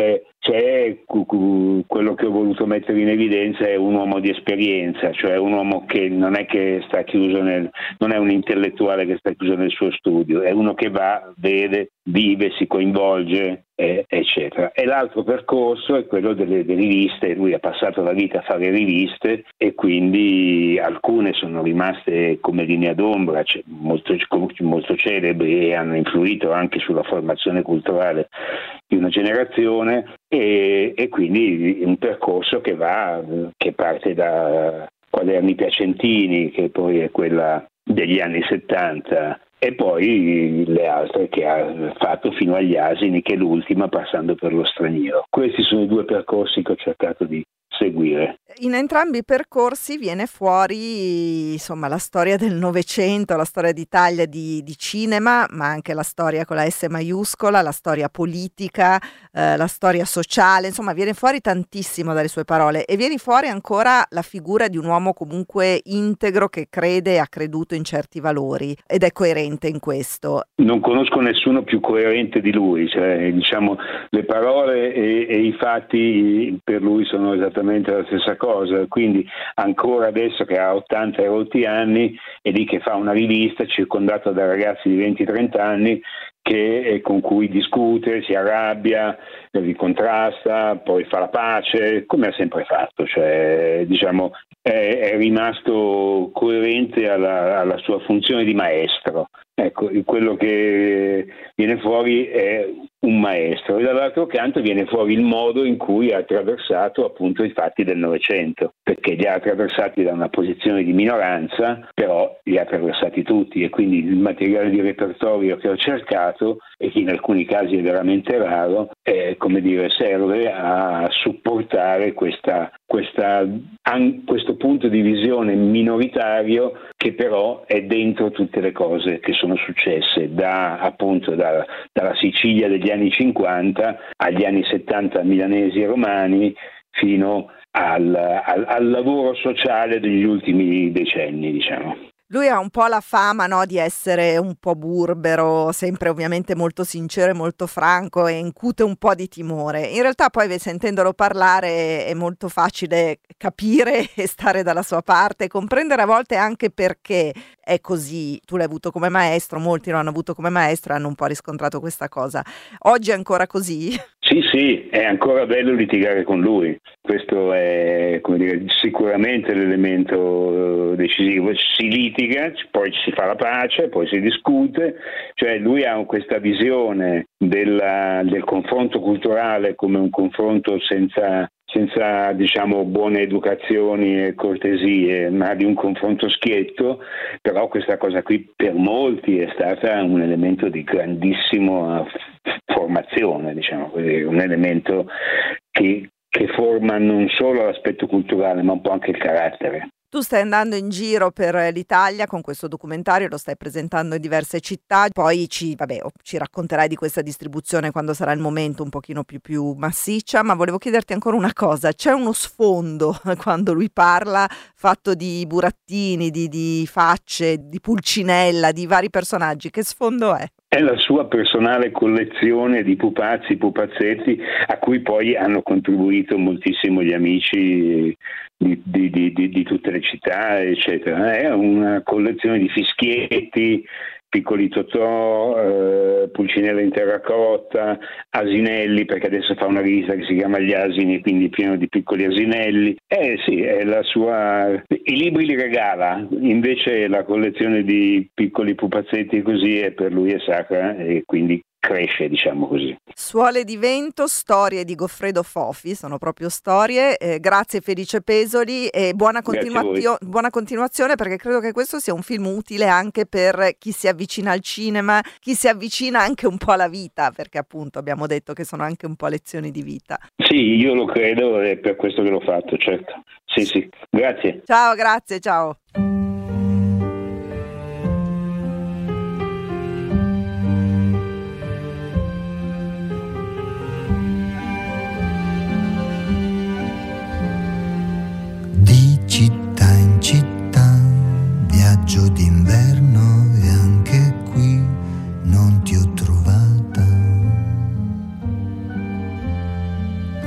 c'è quello che ho voluto mettere in evidenza è un uomo di esperienza, cioè un uomo che non è che sta chiuso nel, non è un intellettuale che sta chiuso nel suo studio, è uno che va, vede, vive, si coinvolge, eh, eccetera. E l'altro percorso è quello delle, delle riviste. Lui ha passato la vita a fare riviste e quindi alcune sono rimaste come linea d'ombra, cioè, molto, molto celebri, e hanno influito anche sulla formazione culturale di una generazione, e, e quindi un percorso che va, che parte da Quaderni Piacentini, che poi è quella degli anni settanta, e poi le altre che ha fatto fino agli Asini, che è l'ultima, passando per Lo Straniero. Questi sono i due percorsi che ho cercato di seguire. In entrambi i percorsi viene fuori, insomma, la storia del Novecento, la storia d'Italia di, di cinema, ma anche la storia con la S maiuscola, la storia politica, eh, la storia sociale, insomma viene fuori tantissimo dalle sue parole, e viene fuori ancora la figura di un uomo comunque integro, che crede e ha creduto in certi valori ed è coerente in questo. Non conosco nessuno più coerente di lui, cioè, diciamo, le parole e, e i fatti per lui sono esattamente la stessa cosa, quindi ancora adesso che ha ottanta e rotti anni è lì che fa una rivista circondato da ragazzi di venti trenta anni che, con cui discute, si arrabbia, li contrasta, poi fa la pace, come ha sempre fatto, cioè, diciamo, è, è rimasto coerente alla, alla sua funzione di maestro. Ecco, quello che viene fuori è un maestro, e dall'altro canto viene fuori il modo in cui ha attraversato appunto i fatti del Novecento, perché li ha attraversati da una posizione di minoranza, però li ha attraversati tutti, e quindi il materiale di repertorio che ho cercato, e che in alcuni casi è veramente raro, è, come dire, serve a supportare questa, questa, an, questo punto di visione minoritario, che però è dentro tutte le cose che sono successe da appunto da, dalla Sicilia degli anni cinquanta agli anni settanta milanesi e romani, fino al, al, al lavoro sociale degli ultimi decenni, diciamo. Lui ha un po' la fama, no, di essere un po' burbero, sempre ovviamente molto sincero e molto franco, e incute un po' di timore. In realtà poi, sentendolo parlare, è molto facile capire e stare dalla sua parte, e comprendere a volte anche perché è così. Tu l'hai avuto come maestro, molti lo hanno avuto come maestro e hanno un po' riscontrato questa cosa. Oggi è ancora così? Sì, sì, è ancora bello litigare con lui. Questo è, come dire, sicuramente l'elemento decisivo. Si litiga, poi si fa la pace, poi si discute, cioè lui ha questa visione della, del confronto culturale come un confronto senza, senza diciamo buone educazioni e cortesie, ma di un confronto schietto. Però questa cosa qui per molti è stata un elemento di grandissima formazione, diciamo così, un elemento che, che forma non solo l'aspetto culturale ma un po' anche il carattere. Tu stai andando in giro per l'Italia con questo documentario, lo stai presentando in diverse città, poi ci, vabbè, ci racconterai di questa distribuzione quando sarà il momento un pochino più, più massiccia, ma volevo chiederti ancora una cosa: c'è uno sfondo quando lui parla fatto di burattini, di, di facce, di Pulcinella, di vari personaggi? Che sfondo è? È la sua personale collezione di pupazzi, pupazzetti, a cui poi hanno contribuito moltissimo gli amici di, di, di, di, di tutte le città, eccetera. È una collezione di fischietti, Piccoli Totò, eh, Pulcinella in terracotta, asinelli, perché adesso fa una rivista che si chiama Gli Asini, quindi pieno di piccoli asinelli. Eh sì, è la sua... I libri li regala, invece la collezione di piccoli pupazzetti così è per lui è sacra, e quindi cresce, diciamo così. Suole di vento, storie di Goffredo Fofi, sono proprio storie. Eh, grazie Felice Pesoli, e buona, continuazio- buona continuazione, perché credo che questo sia un film utile anche per chi si avvicina al cinema, chi si avvicina anche un po' alla vita, perché appunto abbiamo detto che sono anche un po' lezioni di vita. Sì, io lo credo, è per questo che l'ho fatto, certo. Sì, sì, grazie. Ciao, grazie, ciao. Città in città, viaggio d'inverno, e anche qui non ti ho trovata.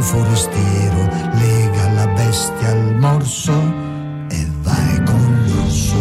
forestiero lega la bestia al morso e vai con l'orso.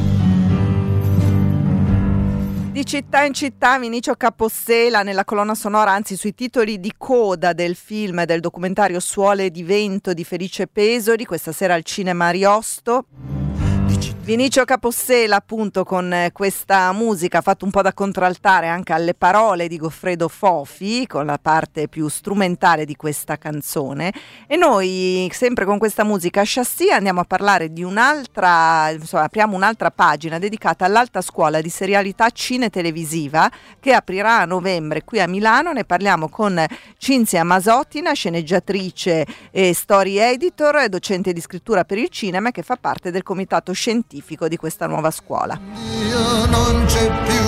Di città in città, Vinicio Capossela nella colonna sonora, anzi sui titoli di coda del film, del documentario Suole di vento di Felice Pesori, questa sera al Cinema Ariosto. Vinicio Capossela appunto con questa musica ha fatto un po' da contraltare anche alle parole di Goffredo Fofi, con la parte più strumentale di questa canzone, e noi sempre con questa musica chassis andiamo a parlare di un'altra, insomma apriamo un'altra pagina dedicata all'Alta Scuola di Serialità Cine-Televisiva che aprirà a novembre qui a Milano. Ne parliamo con Cinzia Masottina, sceneggiatrice e story editor, docente di scrittura per il cinema, che fa parte del comitato scientifico di questa nuova scuola. Dio non c'è più.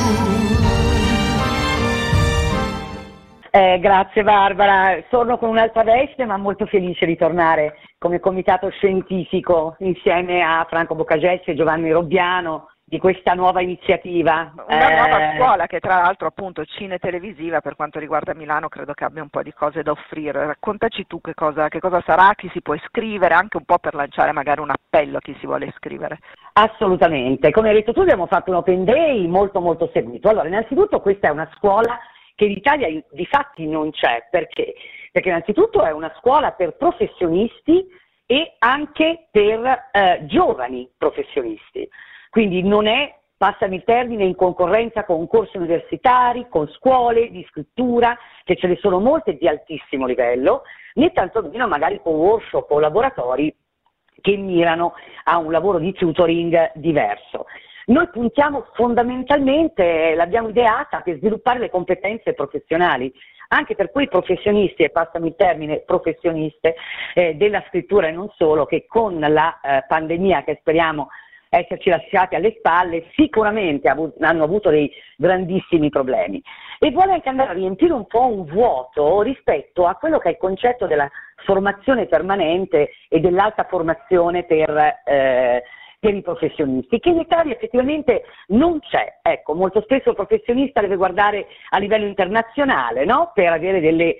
Eh, grazie Barbara, sono con un'altra veste ma molto felice di tornare come comitato scientifico insieme a Franco Boccagessi e Giovanni Robbiano di questa nuova iniziativa. Una eh... nuova scuola che tra l'altro appunto cine-televisiva, per quanto riguarda Milano credo che abbia un po' di cose da offrire. Raccontaci tu che cosa, che cosa sarà, chi si può iscrivere, anche un po' per lanciare magari un appello a chi si vuole iscrivere. Assolutamente, come hai detto tu abbiamo fatto un open day molto molto seguito. Allora innanzitutto questa è una scuola che in Italia di fatti non c'è, perché? Perché innanzitutto è una scuola per professionisti e anche per eh, giovani professionisti. Quindi non è, passami il termine, in concorrenza con corsi universitari, con scuole di scrittura, che ce ne sono molte di altissimo livello, né tantomeno magari con workshop o laboratori che mirano a un lavoro di tutoring diverso. Noi puntiamo fondamentalmente, l'abbiamo ideata per sviluppare le competenze professionali, anche per quei professionisti, e passami il termine, professioniste eh, della scrittura e non solo, che con la eh, pandemia che speriamo esserci lasciati alle spalle, sicuramente hanno avuto dei grandissimi problemi, e vuole anche andare a riempire un po' un vuoto rispetto a quello che è il concetto della formazione permanente e dell'alta formazione per, eh, per i professionisti, che in Italia effettivamente non c'è. Ecco, molto spesso il professionista deve guardare a livello internazionale, no? Per avere delle,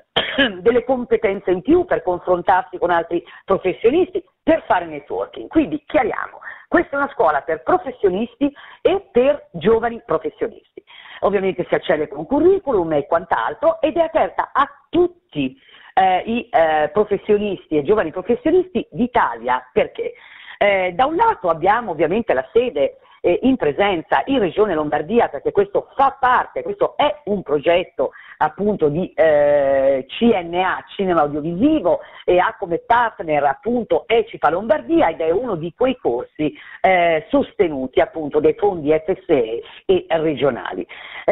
delle competenze in più, per confrontarsi con altri professionisti, per fare networking. Quindi chiariamo, questa è una scuola per professionisti e per giovani professionisti. Ovviamente si accede con curriculum e quant'altro, ed è aperta a tutti eh, i eh, professionisti e giovani professionisti d'Italia. Perché? Eh, da un lato abbiamo ovviamente la sede eh, in presenza in Regione Lombardia, perché questo fa parte, questo è un progetto appunto di eh, C N A, Cinema Audiovisivo, e ha come partner appunto ECIFA Lombardia, ed è uno di quei corsi eh, sostenuti appunto dai fondi F S E e regionali.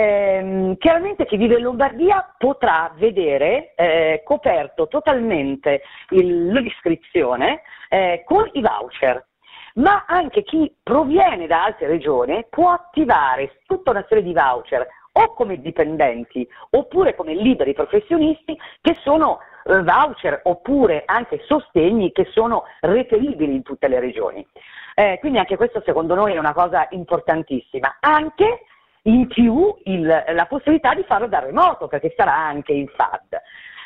Eh, chiaramente chi vive in Lombardia potrà vedere eh, coperto totalmente il, l'iscrizione eh, con i voucher, ma anche chi proviene da altre regioni può attivare tutta una serie di voucher o come dipendenti oppure come liberi professionisti, che sono eh, voucher oppure anche sostegni che sono reperibili in tutte le regioni. Eh, quindi anche questo secondo noi è una cosa importantissima. Anche in più il, la possibilità di farlo da remoto, perché sarà anche in F A D.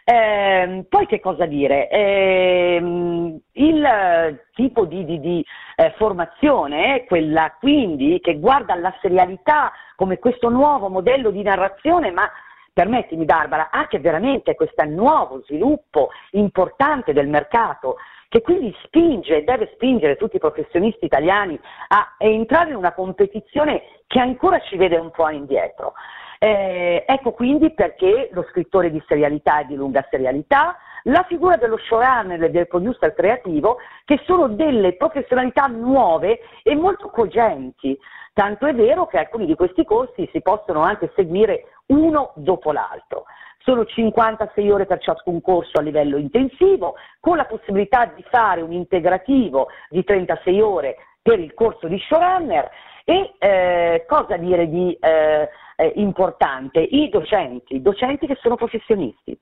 Eh, poi che cosa dire? Eh, il eh, tipo di, di, di eh, formazione, quella quindi che guarda alla serialità come questo nuovo modello di narrazione, ma permettimi Barbara, anche veramente questo nuovo sviluppo importante del mercato, che quindi spinge e deve spingere tutti i professionisti italiani a entrare in una competizione che ancora ci vede un po' indietro. Eh, ecco quindi perché lo scrittore di serialità e di lunga serialità, la figura dello showrunner e del producer creativo, che sono delle professionalità nuove e molto cogenti, tanto è vero che alcuni di questi corsi si possono anche seguire uno dopo l'altro. Sono cinquantasei ore per ciascun corso a livello intensivo, con la possibilità di fare un integrativo di trentasei ore per il corso di showrunner. E eh, cosa dire di eh, eh, importante? I docenti, docenti che sono professionisti,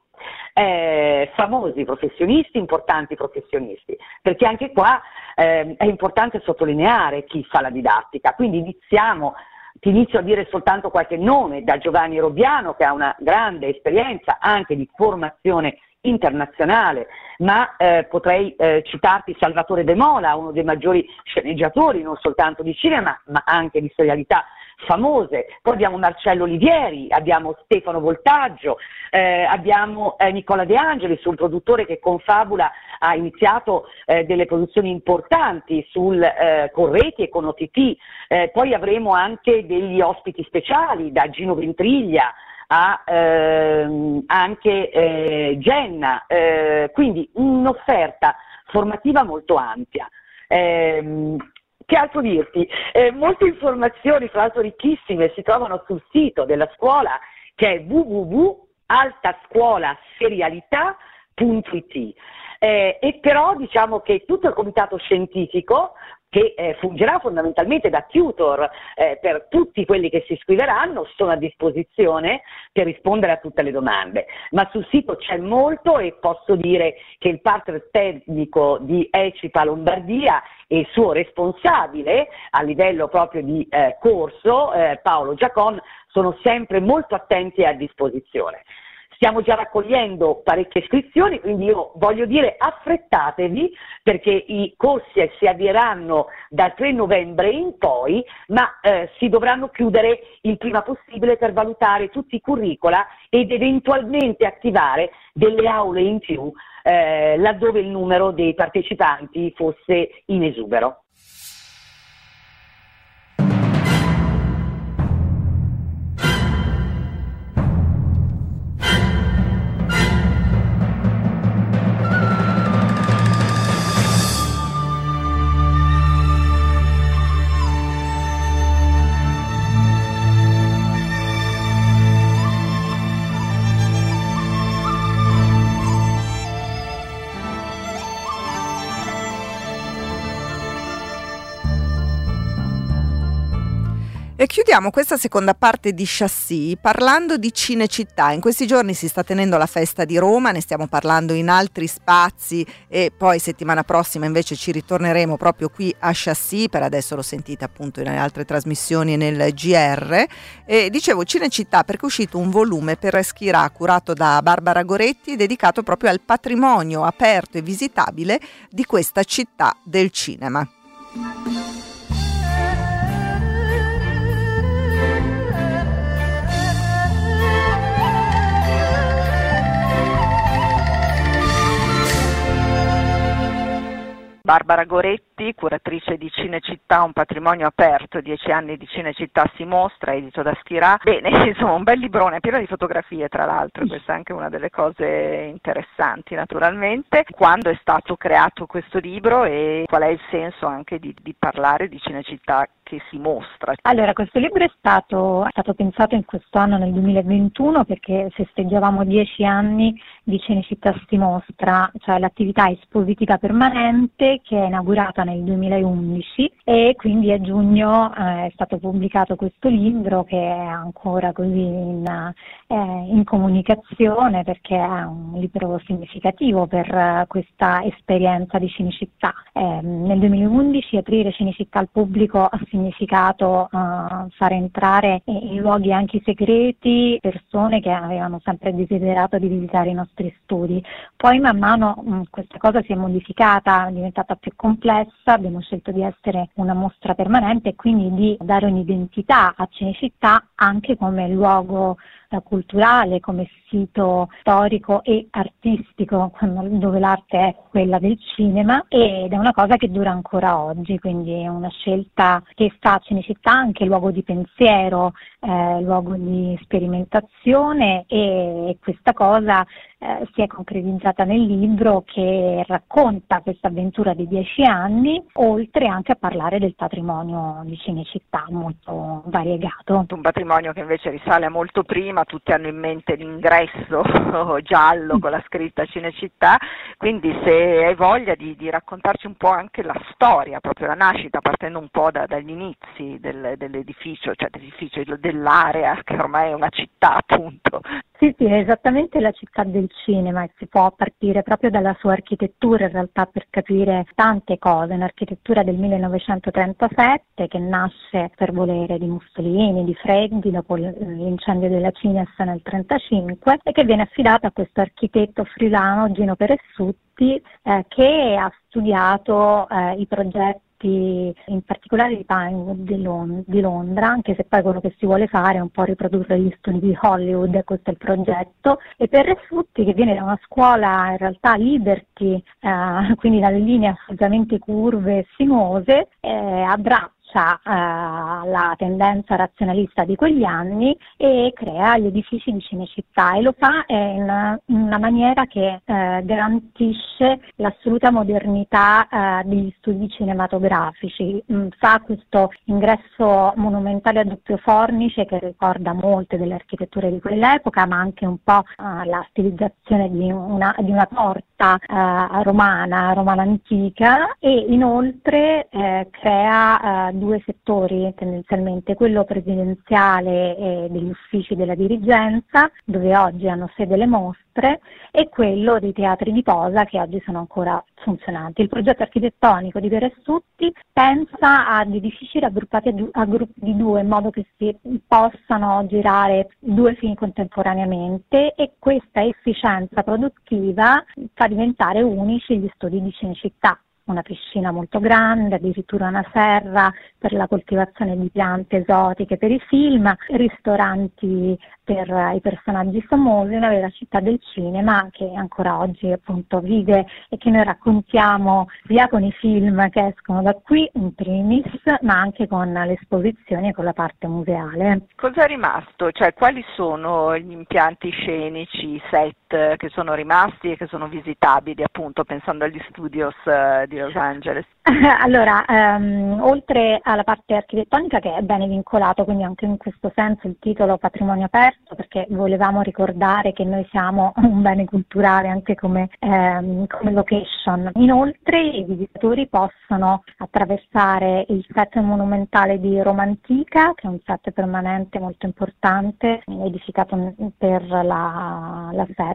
eh, famosi professionisti, importanti professionisti, perché anche qua eh, è importante sottolineare chi fa la didattica. Quindi iniziamo, ti inizio a dire soltanto qualche nome, da Giovanni Robbiano, che ha una grande esperienza anche di formazione internazionale, ma eh, potrei eh, citarti Salvatore De Mola, uno dei maggiori sceneggiatori non soltanto di cinema ma anche di serialità famose. Poi abbiamo Marcello Olivieri, abbiamo Stefano Voltaggio, eh, abbiamo eh, Nicola De Angelis, un produttore che con Fabula ha iniziato eh, delle produzioni importanti sul, eh, con reti e con O T T. Eh, poi avremo anche degli ospiti speciali, da Gino Ventriglia a ehm, anche eh, Jenna, eh, quindi un'offerta formativa molto ampia. Eh, Che altro dirti? Eh, molte informazioni, fra l'altro ricchissime, si trovano sul sito della scuola, che è w w w punto altascuolaserialità punto i t. Eh, e però diciamo che tutto il comitato scientifico, che eh, fungerà fondamentalmente da tutor eh, per tutti quelli che si iscriveranno, sono a disposizione per rispondere a tutte le domande. Ma sul sito c'è molto, e posso dire che il partner tecnico di ECIPA Lombardia e il suo responsabile a livello proprio di eh, corso, eh, Paolo Giacon, sono sempre molto attenti e a disposizione. Stiamo già raccogliendo parecchie iscrizioni, quindi io voglio dire affrettatevi, perché i corsi si avvieranno dal tre novembre in poi, ma eh, si dovranno chiudere il prima possibile per valutare tutti i curricula ed eventualmente attivare delle aule in più eh, laddove il numero dei partecipanti fosse in esubero. E chiudiamo questa seconda parte di Chassis parlando di Cinecittà. In questi giorni si sta tenendo la festa di Roma, ne stiamo parlando in altri spazi e poi settimana prossima invece ci ritorneremo proprio qui a Chassis. Per adesso lo sentite appunto in altre trasmissioni e nel G R. E dicevo Cinecittà perché è uscito un volume per Schirà curato da Barbara Goretti, dedicato proprio al patrimonio aperto e visitabile di questa città del cinema. Barbara Goretti, curatrice di Cinecittà, un patrimonio aperto, dieci anni di Cinecittà si mostra, edito da Schirà. Bene, insomma, un bel librone, pieno di fotografie tra l'altro, questa è anche una delle cose interessanti naturalmente. Quando è stato creato questo libro e qual è il senso anche di, di parlare di Cinecittà che si mostra? Allora, questo libro è stato, è stato pensato in questo anno, nel duemilaventuno, perché festeggiavamo dieci anni di Cinecittà si mostra, cioè l'attività espositiva permanente che è inaugurata nel duemilaundici, e quindi a giugno eh, è stato pubblicato questo libro che è ancora così in, eh, in comunicazione, perché è un libro significativo per uh, questa esperienza di Cinecittà. Eh, nel duemilaundici aprire Cinecittà al pubblico ha significato uh, fare entrare in luoghi anche segreti persone che avevano sempre desiderato di visitare i nostri studi. Poi man mano mh, questa cosa si è modificata, è diventata più complessa, abbiamo scelto di essere una mostra permanente e quindi di dare un'identità a Cinecittà anche come luogo eh, culturale, come sito storico e artistico, dove l'arte è quella del cinema, ed è una cosa che dura ancora oggi, quindi è una scelta che fa Cinecittà anche luogo di pensiero, eh, luogo di sperimentazione, e questa cosa eh, si è concretizzata nel libro, che racconta questa avventura di dieci anni, oltre anche a parlare del patrimonio di Cinecittà molto variegato. Un patrimonio che invece risale a molto prima, tutti hanno in mente l'ingresso giallo con la scritta Cinecittà, quindi se hai voglia di, di raccontarci un po' anche la storia, proprio la nascita, partendo un po' da, dagli inizi del, dell'edificio, cioè dell'edificio, del dell'area, che ormai è una città appunto. Sì, sì, è esattamente la città del cinema e si può partire proprio dalla sua architettura in realtà per capire tante cose. Un'architettura del millenovecentotrentasette che nasce per volere di Mussolini, di Freddi, dopo l'incendio della Cines nel trentacinque, e che viene affidata a questo architetto friulano Gino Peressutti eh, che ha studiato eh, i progetti in particolare di Pinewood di, Lond- di Londra, anche se poi quello che si vuole fare è un po' riprodurre gli studi di Hollywood, questo è il progetto, e Peressutti, che viene da una scuola in realtà Liberty, eh, quindi dalle linee assolutamente curve e sinuose, eh, abbraccia la tendenza razionalista di quegli anni e crea gli edifici di Cinecittà, e lo fa in una maniera che eh, garantisce l'assoluta modernità eh, degli studi cinematografici. Mm, fa questo ingresso monumentale a doppio fornice che ricorda molte delle architetture di quell'epoca, ma anche un po' eh, la stilizzazione di una, di una porta eh, romana, romana antica, e inoltre eh, crea eh, due settori tendenzialmente, quello presidenziale e degli uffici della dirigenza, dove oggi hanno sede le mostre, e quello dei teatri di posa, che oggi sono ancora funzionanti. Il progetto architettonico di Peressutti pensa ad edifici raggruppati a, du- a gruppi di due, in modo che si possano girare due film contemporaneamente, e questa efficienza produttiva fa diventare unici gli studi di Cinecittà. Una piscina molto grande, addirittura una serra per la coltivazione di piante esotiche per i film, ristoranti per i personaggi famosi, una vera città del cinema che ancora oggi appunto vive e che noi raccontiamo sia con i film che escono da qui in primis, ma anche con le esposizioni e con la parte museale. Cosa è rimasto? Cioè, quali sono gli impianti scenici, i set che sono rimasti e che sono visitabili, appunto pensando agli studios uh, di Los Angeles? Allora, um, oltre alla parte architettonica, che è bene vincolato, quindi anche in questo senso il titolo Patrimonio Aperto, perché volevamo ricordare che noi siamo un bene culturale anche come, um, come location. Inoltre i visitatori possono attraversare il set monumentale di Roma Antica, che è un set permanente molto importante, edificato per la, la set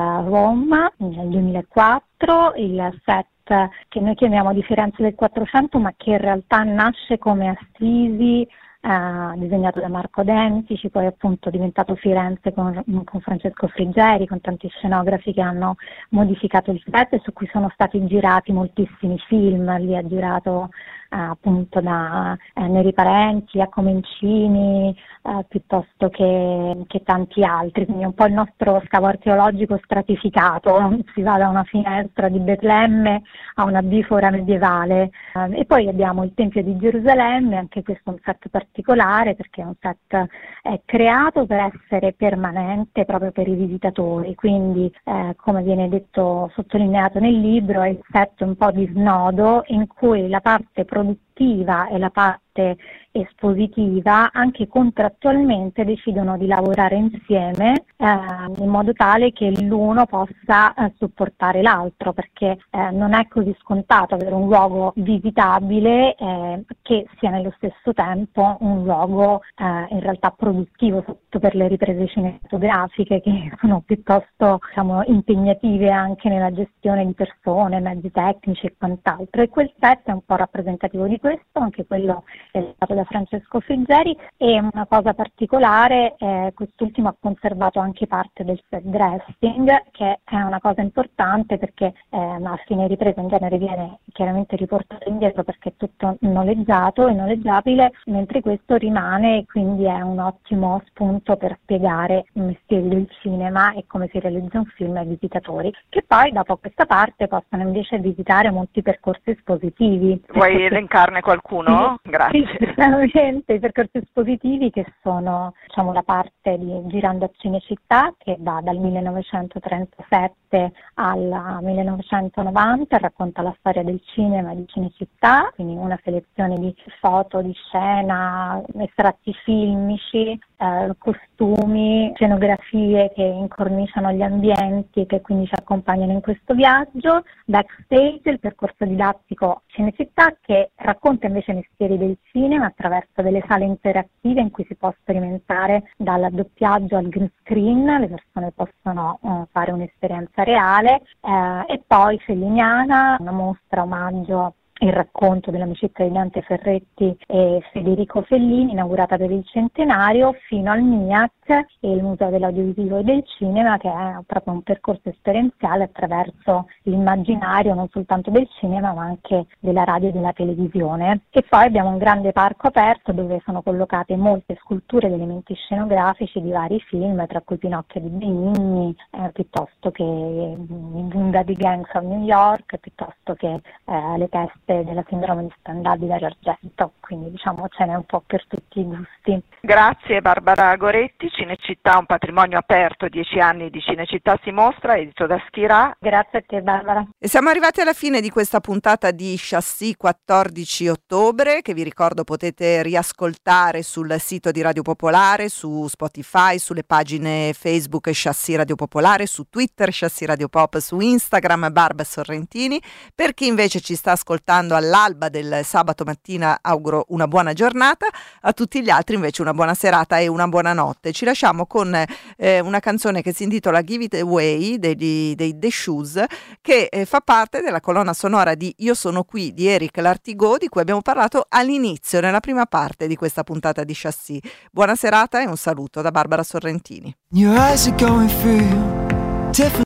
Roma nel duemilaquattro, il set che noi chiamiamo di Firenze del Quattrocento, ma che in realtà nasce come Assisi, eh, disegnato da Marco Dentici, poi appunto diventato Firenze con, con Francesco Friggeri, con tanti scenografi che hanno modificato il set e su cui sono stati girati moltissimi film. Lì ha girato eh, appunto da eh, Neri Parenti a Comencini, eh, piuttosto che, che tanti altri, quindi un po' il nostro scavo archeologico stratificato, si va da una finestra di Betlemme a una bifora medievale, eh, e poi abbiamo il Tempio di Gerusalemme, anche questo è un set particolare perché è un set eh, creato per essere permanente proprio per i visitatori, quindi eh, come viene detto, sottolineato nel libro, è il set un po' di snodo in cui la parte produttiva e la parte espositiva anche contrattualmente decidono di lavorare insieme eh, in modo tale che l'uno possa eh, supportare l'altro, perché eh, non è così scontato avere un luogo visitabile eh, che sia nello stesso tempo un luogo eh, in realtà produttivo, soprattutto per le riprese cinematografiche che sono piuttosto, diciamo, impegnative anche nella gestione di persone, mezzi tecnici e quant'altro, e quel set è un po' rappresentativo di questo, anche quello è stato da Francesco Friggeri. E una cosa particolare, eh, quest'ultimo ha conservato anche parte del set dressing, che è una cosa importante perché eh, a fine ripresa in genere viene chiaramente riportato indietro perché è tutto noleggiato e noleggiabile, mentre questo rimane, e quindi è un ottimo spunto per spiegare i mestieri del cinema e come si realizza un film ai visitatori, che poi dopo questa parte possono invece visitare molti percorsi espositivi. Vuoi elencarne qualcuno? Sì, Grazie. Sì, sicuramente i percorsi espositivi, che sono, diciamo, la parte di Girando a Cinecittà, che va dal millenovecentotrentasette al millenovecentonovanta, racconta la storia del cinema di Cinecittà, quindi una selezione di foto, di scena, estratti filmici, eh, costumi, scenografie che incorniciano gli ambienti e che quindi ci accompagnano in questo viaggio. Backstage, il percorso didattico Cinecittà, che racconta invece i mestieri del cinema attraverso delle sale interattive in cui si può sperimentare dal doppiaggio al green screen, le persone possono uh, fare un'esperienza reale, eh, e poi Felliniana, una mostra omaggio il racconto dell'amicizia di Dante Ferretti e Federico Fellini, inaugurata per il centenario, fino al M I A C e il Museo dell'Audiovisivo e del Cinema, che è proprio un percorso esperienziale attraverso l'immaginario non soltanto del cinema ma anche della radio e della televisione. E poi abbiamo un grande parco aperto dove sono collocate molte sculture ed elementi scenografici di vari film, tra cui Pinocchio di Benigni, eh, piuttosto che i Gunda di Gangs of New York, piuttosto che eh, le teste della sindrome di Stendhal di Dario Argento, quindi diciamo ce n'è un po' per tutti i gusti. Grazie Barbara Goretti. Cinecittà, un patrimonio aperto, dieci anni di Cinecittà si mostra, edito da Schirà. Grazie a te Barbara. E siamo arrivati alla fine di questa puntata di Chassis quattordici ottobre, che vi ricordo potete riascoltare sul sito di Radio Popolare, su Spotify, sulle pagine Facebook Chassis Radio Popolare, su Twitter Chassis Radio Pop, su Instagram Barba Sorrentini. Per chi invece ci sta ascoltando all'alba del sabato mattina auguro una buona giornata, a tutti gli altri invece una buona serata e una buona notte. Ci lasciamo con eh, una canzone che si intitola Give It Away dei, dei The Shoes, che eh, fa parte della colonna sonora di Io sono qui di Eric Lartigot, di cui abbiamo parlato all'inizio, nella prima parte di questa puntata di Chassis. Buona serata e un saluto da Barbara Sorrentini. Your eyes are going through different